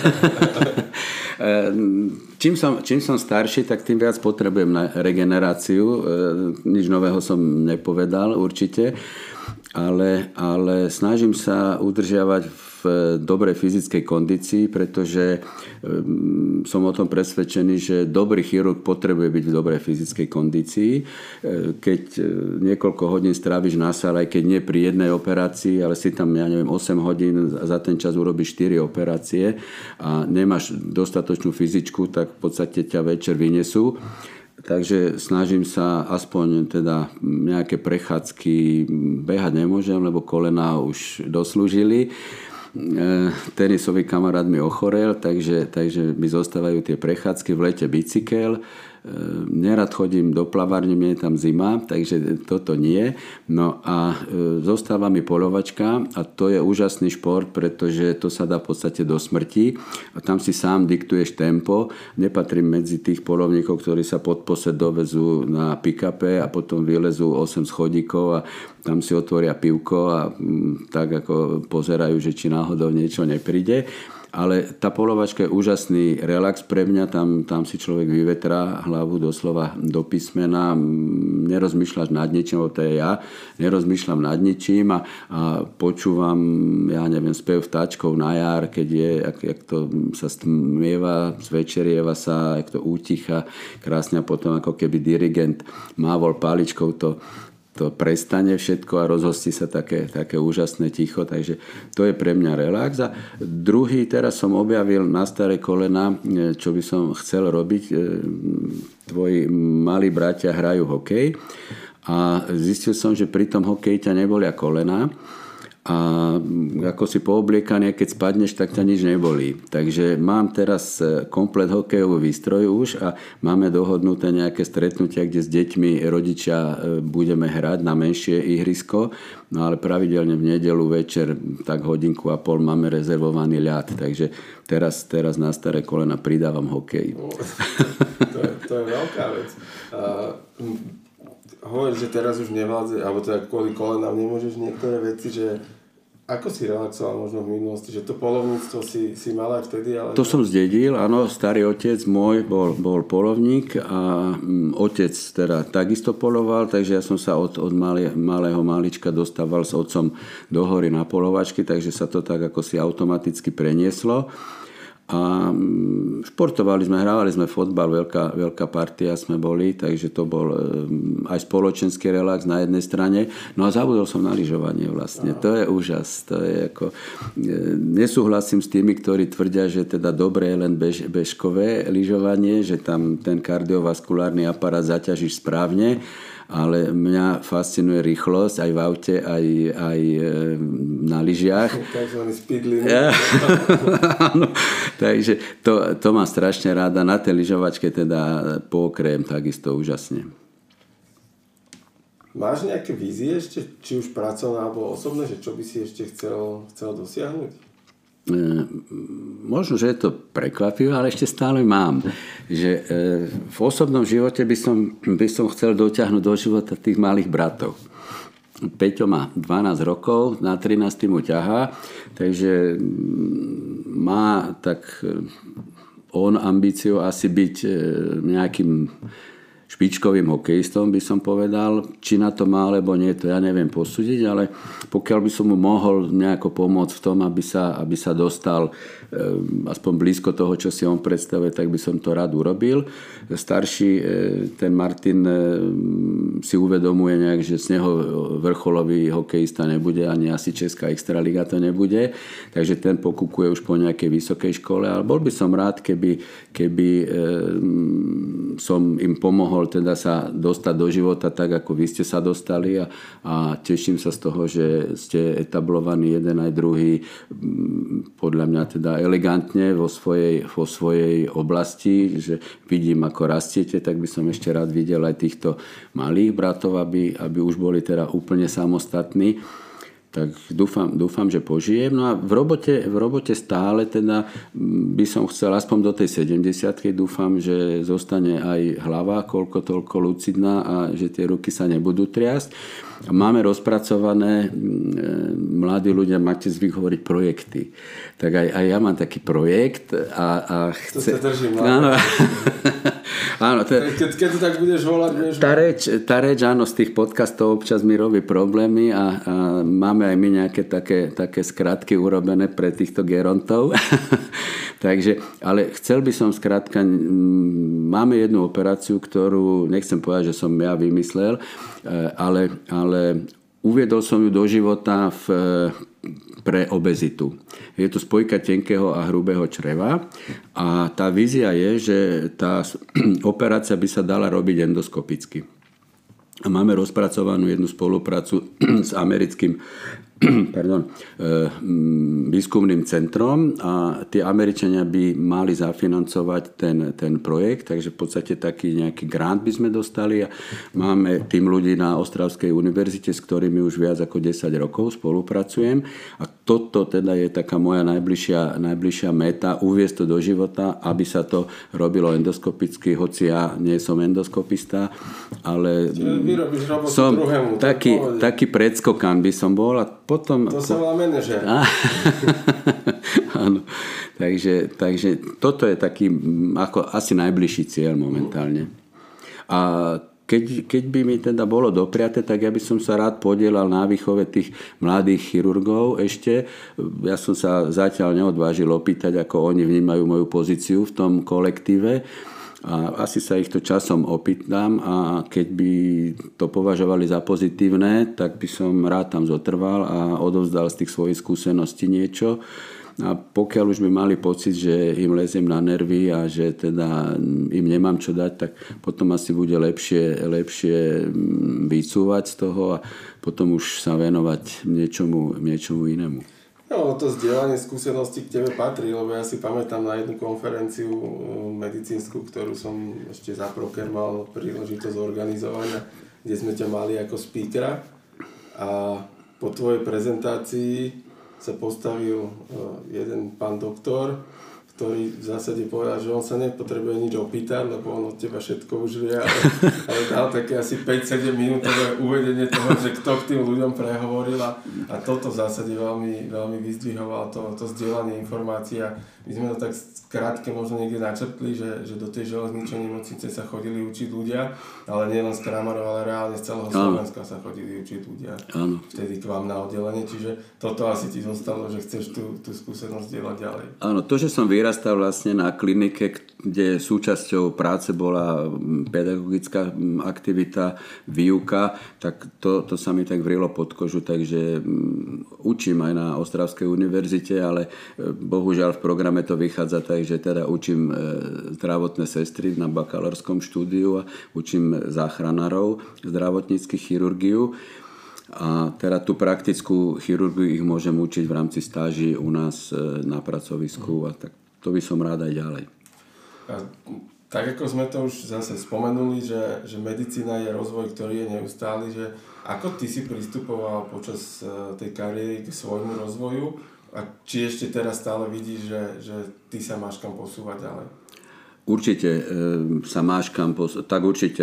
Čím som, čím som starší, tak tým viac potrebujem na regeneráciu. Nič nového som nepovedal určite, ale, ale snažím sa udržiavať v dobrej fyzickej kondícii, pretože som o tom presvedčený, že dobrý chirurg potrebuje byť v dobrej fyzickej kondícii. Keď niekoľko hodín stráviš na sále, aj keď nie pri jednej operácii, ale si tam, ja neviem, osem hodín a za ten čas urobíš štyri operácie a nemáš dostatočnú fyzičku, tak v podstate ťa večer vynesú. Takže snažím sa aspoň teda nejaké prechádzky, behať nemôžem, lebo kolená už doslúžili. Tenisový kamarát mi ochorel, takže, takže mi zostávajú tie prechádzky, v lete bicykel. Nerad chodím do plavárne, mne je tam zima, takže toto nie. No a zostáva mi poľovačka a to je úžasný šport, pretože to sa dá v podstate do smrti a tam si sám diktuješ tempo. Nepatrím medzi tých poľovníkov, ktorí sa pod posed dovezú na pick-upe a potom vylezú osem schodíkov a tam si otvoria pivko a tak ako pozerajú, že či náhodou niečo nepríde. Ale tá poľovačka je úžasný relax pre mňa, tam, tam si človek vyvetrá hlavu doslova do písmena, nerozmýšľaš nad ničím, to je ja, nerozmýšľam nad ničím a, a počúvam, ja neviem, spev vtáčkov na jar, keď je, jak, jak to sa stmieva, zvečerieva sa, jak to úticha krásne a potom ako keby dirigent mávol paličkou, to to prestane všetko a rozhostí sa také, také úžasné ticho, takže to je pre mňa relax. A druhý, teraz som objavil na staré kolena, čo by som chcel robiť. Tvoji malí bratia hrajú hokej a zistil som, že pri tom hokeji ťa nebolia kolená. A ako si poobliekaný, keď spadneš, tak ťa nič nebolí. Takže mám teraz komplet hokejový výstroj už a máme dohodnuté nejaké stretnutia, kde s deťmi rodičia budeme hrať na menšie ihrisko. No ale pravidelne v nedeľu večer tak hodinku a pol máme rezervovaný ľad. Takže teraz, teraz na staré kolena pridávam hokej. To je, to je veľká vec. Uh, Hovoríš, že teraz už nevládze, alebo teda kvôli kolenám nemôžeš niektoré veci, že ako si relaxoval možno v minulosti, že to polovníctvo si, si mal aj vtedy? Ale... To som zdedil, áno, starý otec môj bol, bol polovník a m, otec teda takisto poloval, takže ja som sa od, od malé, malého malička dostával s otcom do hory na polovačky, takže sa to tak ako si automaticky prenieslo. A športovali sme, hrávali sme fotbal, veľká, veľká partia sme boli, takže to bol aj spoločenský relax na jednej strane. No a zabudol som na lyžovanie vlastne. To je úžas. To je ako... Nesúhlasím s tými, ktorí tvrdia, že teda dobre je len bež, bežkové lyžovanie, že tam ten kardiovaskulárny aparát zaťažíš správne, ale mňa fascinuje rýchlosť aj v aute, aj, aj na lyžiach. Takzvaný speed limit. Áno, takže to, to mám strašne ráda. Na tej lyžovačke teda pookrem takisto úžasne. Máš nejaké vízie ešte, či už pracovné alebo osobné, že čo by si ešte chcel, chcel dosiahnuť? Možno, že je to prekvapivé, ale ešte stále mám. Že v osobnom živote by som, by som chcel dotiahnuť do života tých malých bratov. Peťo má dvanásť rokov, na trinásť mu ťahá, takže má tak on ambíciu asi byť nejakým špičkovým hokejistom, by som povedal. Či na to má, alebo nie, to ja neviem posúdiť, ale pokiaľ by som mu mohol nejako pomôcť v tom, aby sa, aby sa dostal aspoň blízko toho, čo si on predstavuje, tak by som to rád urobil. Starší, ten Martin si uvedomuje nejak, že z neho vrcholový hokejista nebude, ani asi Česká extraliga to nebude, takže ten pokúkuje už po nejakej vysokej škole, ale bol by som rád, keby, keby som im pomohol teda sa dostať do života tak, ako vy ste sa dostali a, a teším sa z toho, že ste etablovaní jeden aj druhý, podľa mňa teda elegantne vo svojej, vo svojej oblasti, že vidím, ako rastiete, tak by som ešte rád videl aj týchto malých bratov, aby, aby už boli teda úplne samostatní. Tak dúfam, dúfam, že požijem. No a v robote, v robote stále teda by som chcel aspoň do tej sedemdesiatky, dúfam, že zostane aj hlava koľko toľko lucidná a že tie ruky sa nebudú triasť. Máme rozpracované, mladí ľudia, máte zvyk hovoriť projekty. Tak aj, aj ja mám taký projekt a, a chce... To sa držím, áno. Áno, to je... keď, keď to tak budeš volať, budeš... Tá reč, tá reč, áno, z tých podcastov občas mi robí problémy a, a máme aj my nejaké také, také skratky urobené pre týchto gerontov. Takže, ale chcel by som skrátka, máme jednu operáciu, ktorú, nechcem povedať, že som ja vymyslel, ale, ale uviedol som ju do života v, pre obezitu. Je to spojka tenkého a hrubého čreva a tá vízia je, že tá operácia by sa dala robiť endoskopicky. A máme rozpracovanú jednu spoluprácu s americkým pardon, výskumným centrom a tie Američania by mali zafinancovať ten, ten projekt, takže v podstate taký nejaký grant by sme dostali a máme tým ľudí na Ostravskej univerzite, s ktorými už viac ako desať rokov spolupracujem a toto teda je taká moja najbližšia, najbližšia meta, uviesť to do života, aby sa to robilo endoskopicky, hoci ja nie som endoskopista, ale som druhému, taký, taký predskokan by som bol a potom... To sa volá manažer. Áno. Takže, takže toto je taký ako asi najbližší cieľ momentálne. A keď, keď by mi teda bolo dopriate, tak ja by som sa rád podielal na výchove tých mladých chirurgov ešte. Ja som sa zatiaľ neodvážil opýtať, ako oni vnímajú moju pozíciu v tom kolektíve. A asi sa ich to časom opýtam a keď by to považovali za pozitívne, tak by som rád tam zotrval a odovzdal z tých svojich skúseností niečo. A pokiaľ už by mali pocit, že im leziem na nervy a že teda im nemám čo dať, tak potom asi bude lepšie, lepšie vycúvať z toho a potom už sa venovať niečomu, niečomu inému. No, to zdieľanie skúseností k tebe patrí, lebo ja si pamätám na jednu konferenciu medicínsku, ktorú som ešte za Proker mal príležitosť organizovať, kde sme ťa mali ako speakera a po tvojej prezentácii sa postavil jeden pán doktor, ktorý v zásade povedal, že on sa nepotrebuje nič opýtať, lebo on od teba všetko už vie, ale, ale dal také asi päť sedem minútové uvedenie toho, že kto k tým ľuďom prehovoril a, a toto v zásade veľmi, veľmi vyzdvihoval to, to zdieľanie informácií a my sme to tak krátke možno niekde načrtli, že, že do tej železničnej nemocnice sa chodili učiť ľudia, ale nie len z Kramarov, ale reálne z celého Slovenska sa chodili učiť ľudia. Áno. Vtedy k vám na oddelenie, čiže toto asi ti zostalo, že chceš tú, tú skúsenosť dielať ďalej. Áno, to, že som vyrastal vlastne na klinike, kde súčasťou práce bola pedagogická aktivita, výuka, tak to, to sa mi tak vrilo pod kožu, takže učím aj na Ostravskej univerzite, ale bohužiaľ v programe to vychádza tak, že teda učím zdravotné sestry na bakalárskom štúdiu a učím záchranárov zdravotnícku chirurgiu. A teda tú praktickú chirurgiu ich môžem učiť v rámci stáži u nás na pracovisku a tak to by som rád aj ďalej. A tak ako sme to už zase spomenuli, že, že medicína je rozvoj, ktorý je neustály, že ako ty si pristupoval počas tej kariéry k svojmu rozvoju a či ešte teraz stále vidíš, že, že ty sa máš kam posúvať ďalej? Určite e, sa máš kam posúvať, tak určite.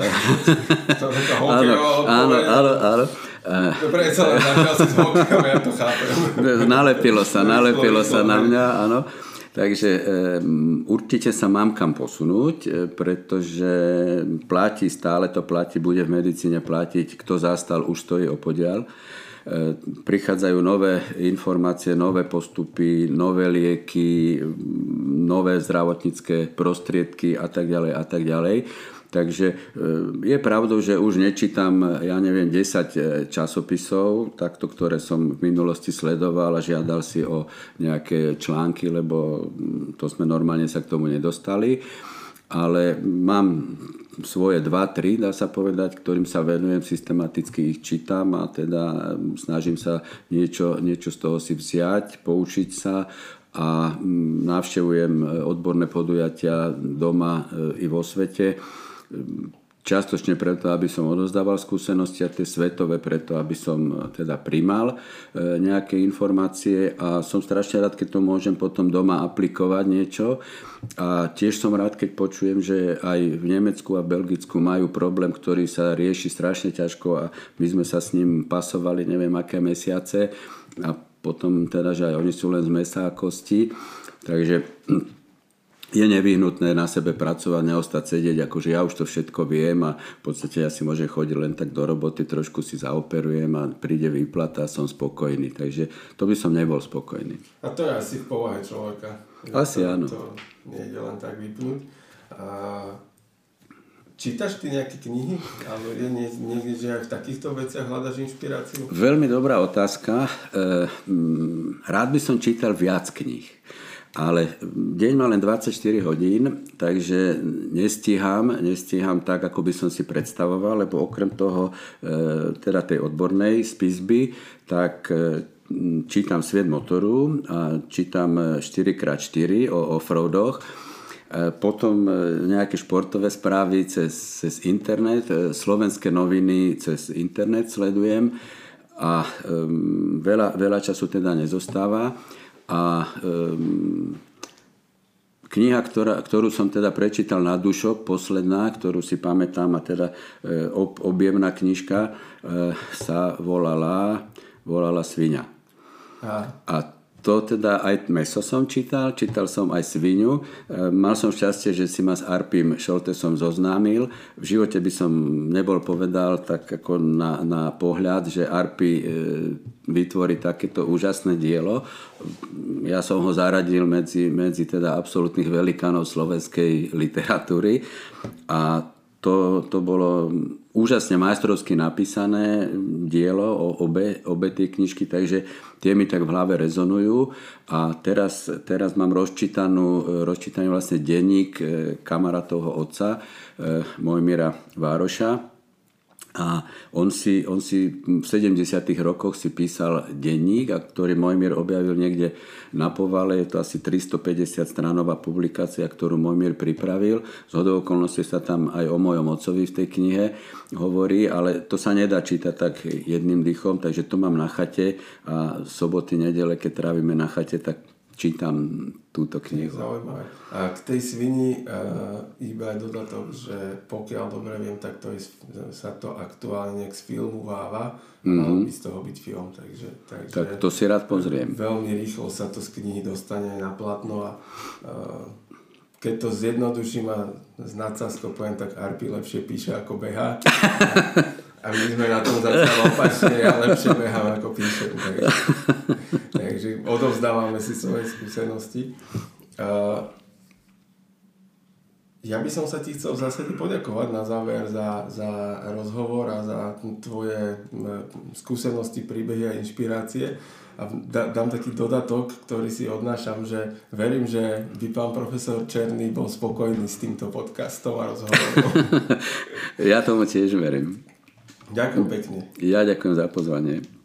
To je to hokejová áno, áno, áno. Dobre, celé začal si s hokejom, ja to chápem. Nalepilo sa, nalepilo sa na mňa, áno. Takže um, určite sa mám kam posunúť, pretože platí, stále to platí, bude v medicíne platiť, kto zastal, už stojí opodiaľ. E, prichádzajú nové informácie, nové postupy, nové lieky, nové zdravotnícke prostriedky a tak ďalej a tak ďalej. Takže je pravdou, že už nečítam, ja neviem, desať časopisov, takto, ktoré som v minulosti sledoval a žiadal si o nejaké články, lebo to sme normálne sa k tomu nedostali. Ale mám svoje dva, tri, dá sa povedať, ktorým sa venujem, systematicky ich čítam a teda snažím sa niečo, niečo z toho si vziať, poučiť sa a navštevujem odborné podujatia doma i vo svete. Čiastočne preto, aby som odozdával skúsenosti a tie svetové preto, aby som teda primal nejaké informácie a som strašne rád, keď to môžem potom doma aplikovať niečo a tiež som rád, keď počujem, že aj v Nemecku a Belgicku majú problém, ktorý sa rieši strašne ťažko a my sme sa s ním pasovali neviem aké mesiace a potom teda, že aj oni sú len z mäsa a kosti, takže je nevyhnutné na sebe pracovať, neostať sedieť, akože ja už to všetko viem a v podstate ja si môžem chodiť len tak do roboty, trošku si zaoperujem a príde výplata a som spokojný. Takže to by som nebol spokojný. A to je asi v povahe človeka. Asi to, áno. To nie je len tak vypnúť. A čítaš ty nejaké knihy? Alebo je niekde, že aj v takýchto veciach hľadaš inšpiráciu? Veľmi dobrá otázka. Rád by som čítal viac kníh. Ale deň má len dvadsaťštyri hodín, takže nestíham, nestíham tak, ako by som si predstavoval, lebo okrem toho, teda tej odbornej spisby, tak čítam Svet motoru a čítam štyri krát štyri o offroadoch, potom nejaké športové správy cez, cez internet, slovenské noviny cez internet sledujem a veľa, veľa času teda nezostáva. A um, kniha, ktorá, ktorú som teda prečítal na dušok, posledná, ktorú si pamätám, a teda e, ob, objemná knižka, e, sa volala, volala Sviňa. A. a to teda aj mäso som čítal, čítal som aj sviňu. E, mal som šťastie, že si ma s Arpím Šoltesom zoznámil. V živote by som nebol povedal tak ako na, na pohľad, že Arpi e, vytvorí takéto úžasné dielo. Ja som ho zaradil medzi, medzi teda absolútnych velikánov slovenskej literatúry a to, to bolo úžasne majstrovsky napísané dielo o obe, obe tie knižky, takže tie mi tak v hlave rezonujú. A teraz, teraz mám rozčítanú, rozčítaný vlastne denník kamarátovho otca, Mojmíra Vároša. A on si, on si v sedemdesiatych rokoch si písal denník, a ktorý Mojmír objavil niekde na Povale. Je to asi tristopäťdesiat stranová publikácia, ktorú Mojmír pripravil. Zhodou okolností sa tam aj o mojom otcovi v tej knihe hovorí, ale to sa nedá čítať tak jedným dýchom, takže to mám na chate a soboty, nedele, keď trávime na chate, tak čítam túto knihu. Zaujímavé. A k tej svini uh, iba dodatok, že pokiaľ dobre viem, tak to je, sa to aktuálne z filmu váva. Mm-hmm. Mal by z toho byť film. Takže, takže tak to si rád pozriem. Veľmi rýchlo sa to z knihy dostane aj na platno a uh, keď to zjednoduším a s nadsázkou poviem, tak Arpi lepšie píše ako behá. A my sme na tom zatiaľ opačne, ja lepšie behám ako píšem. Takže, takže odovzdávame si svoje skúsenosti. Uh, ja by som sa ti chcel v zásade poďakovať na záver za, za rozhovor a za tvoje skúsenosti, príbehy a inšpirácie. A dám taký dodatok, ktorý si odnášam, že verím, že by pán profesor Černý bol spokojný s týmto podcastom a rozhovorom. Ja tomu tiež verím. Ďakujem pekne. Ja ďakujem za pozvanie.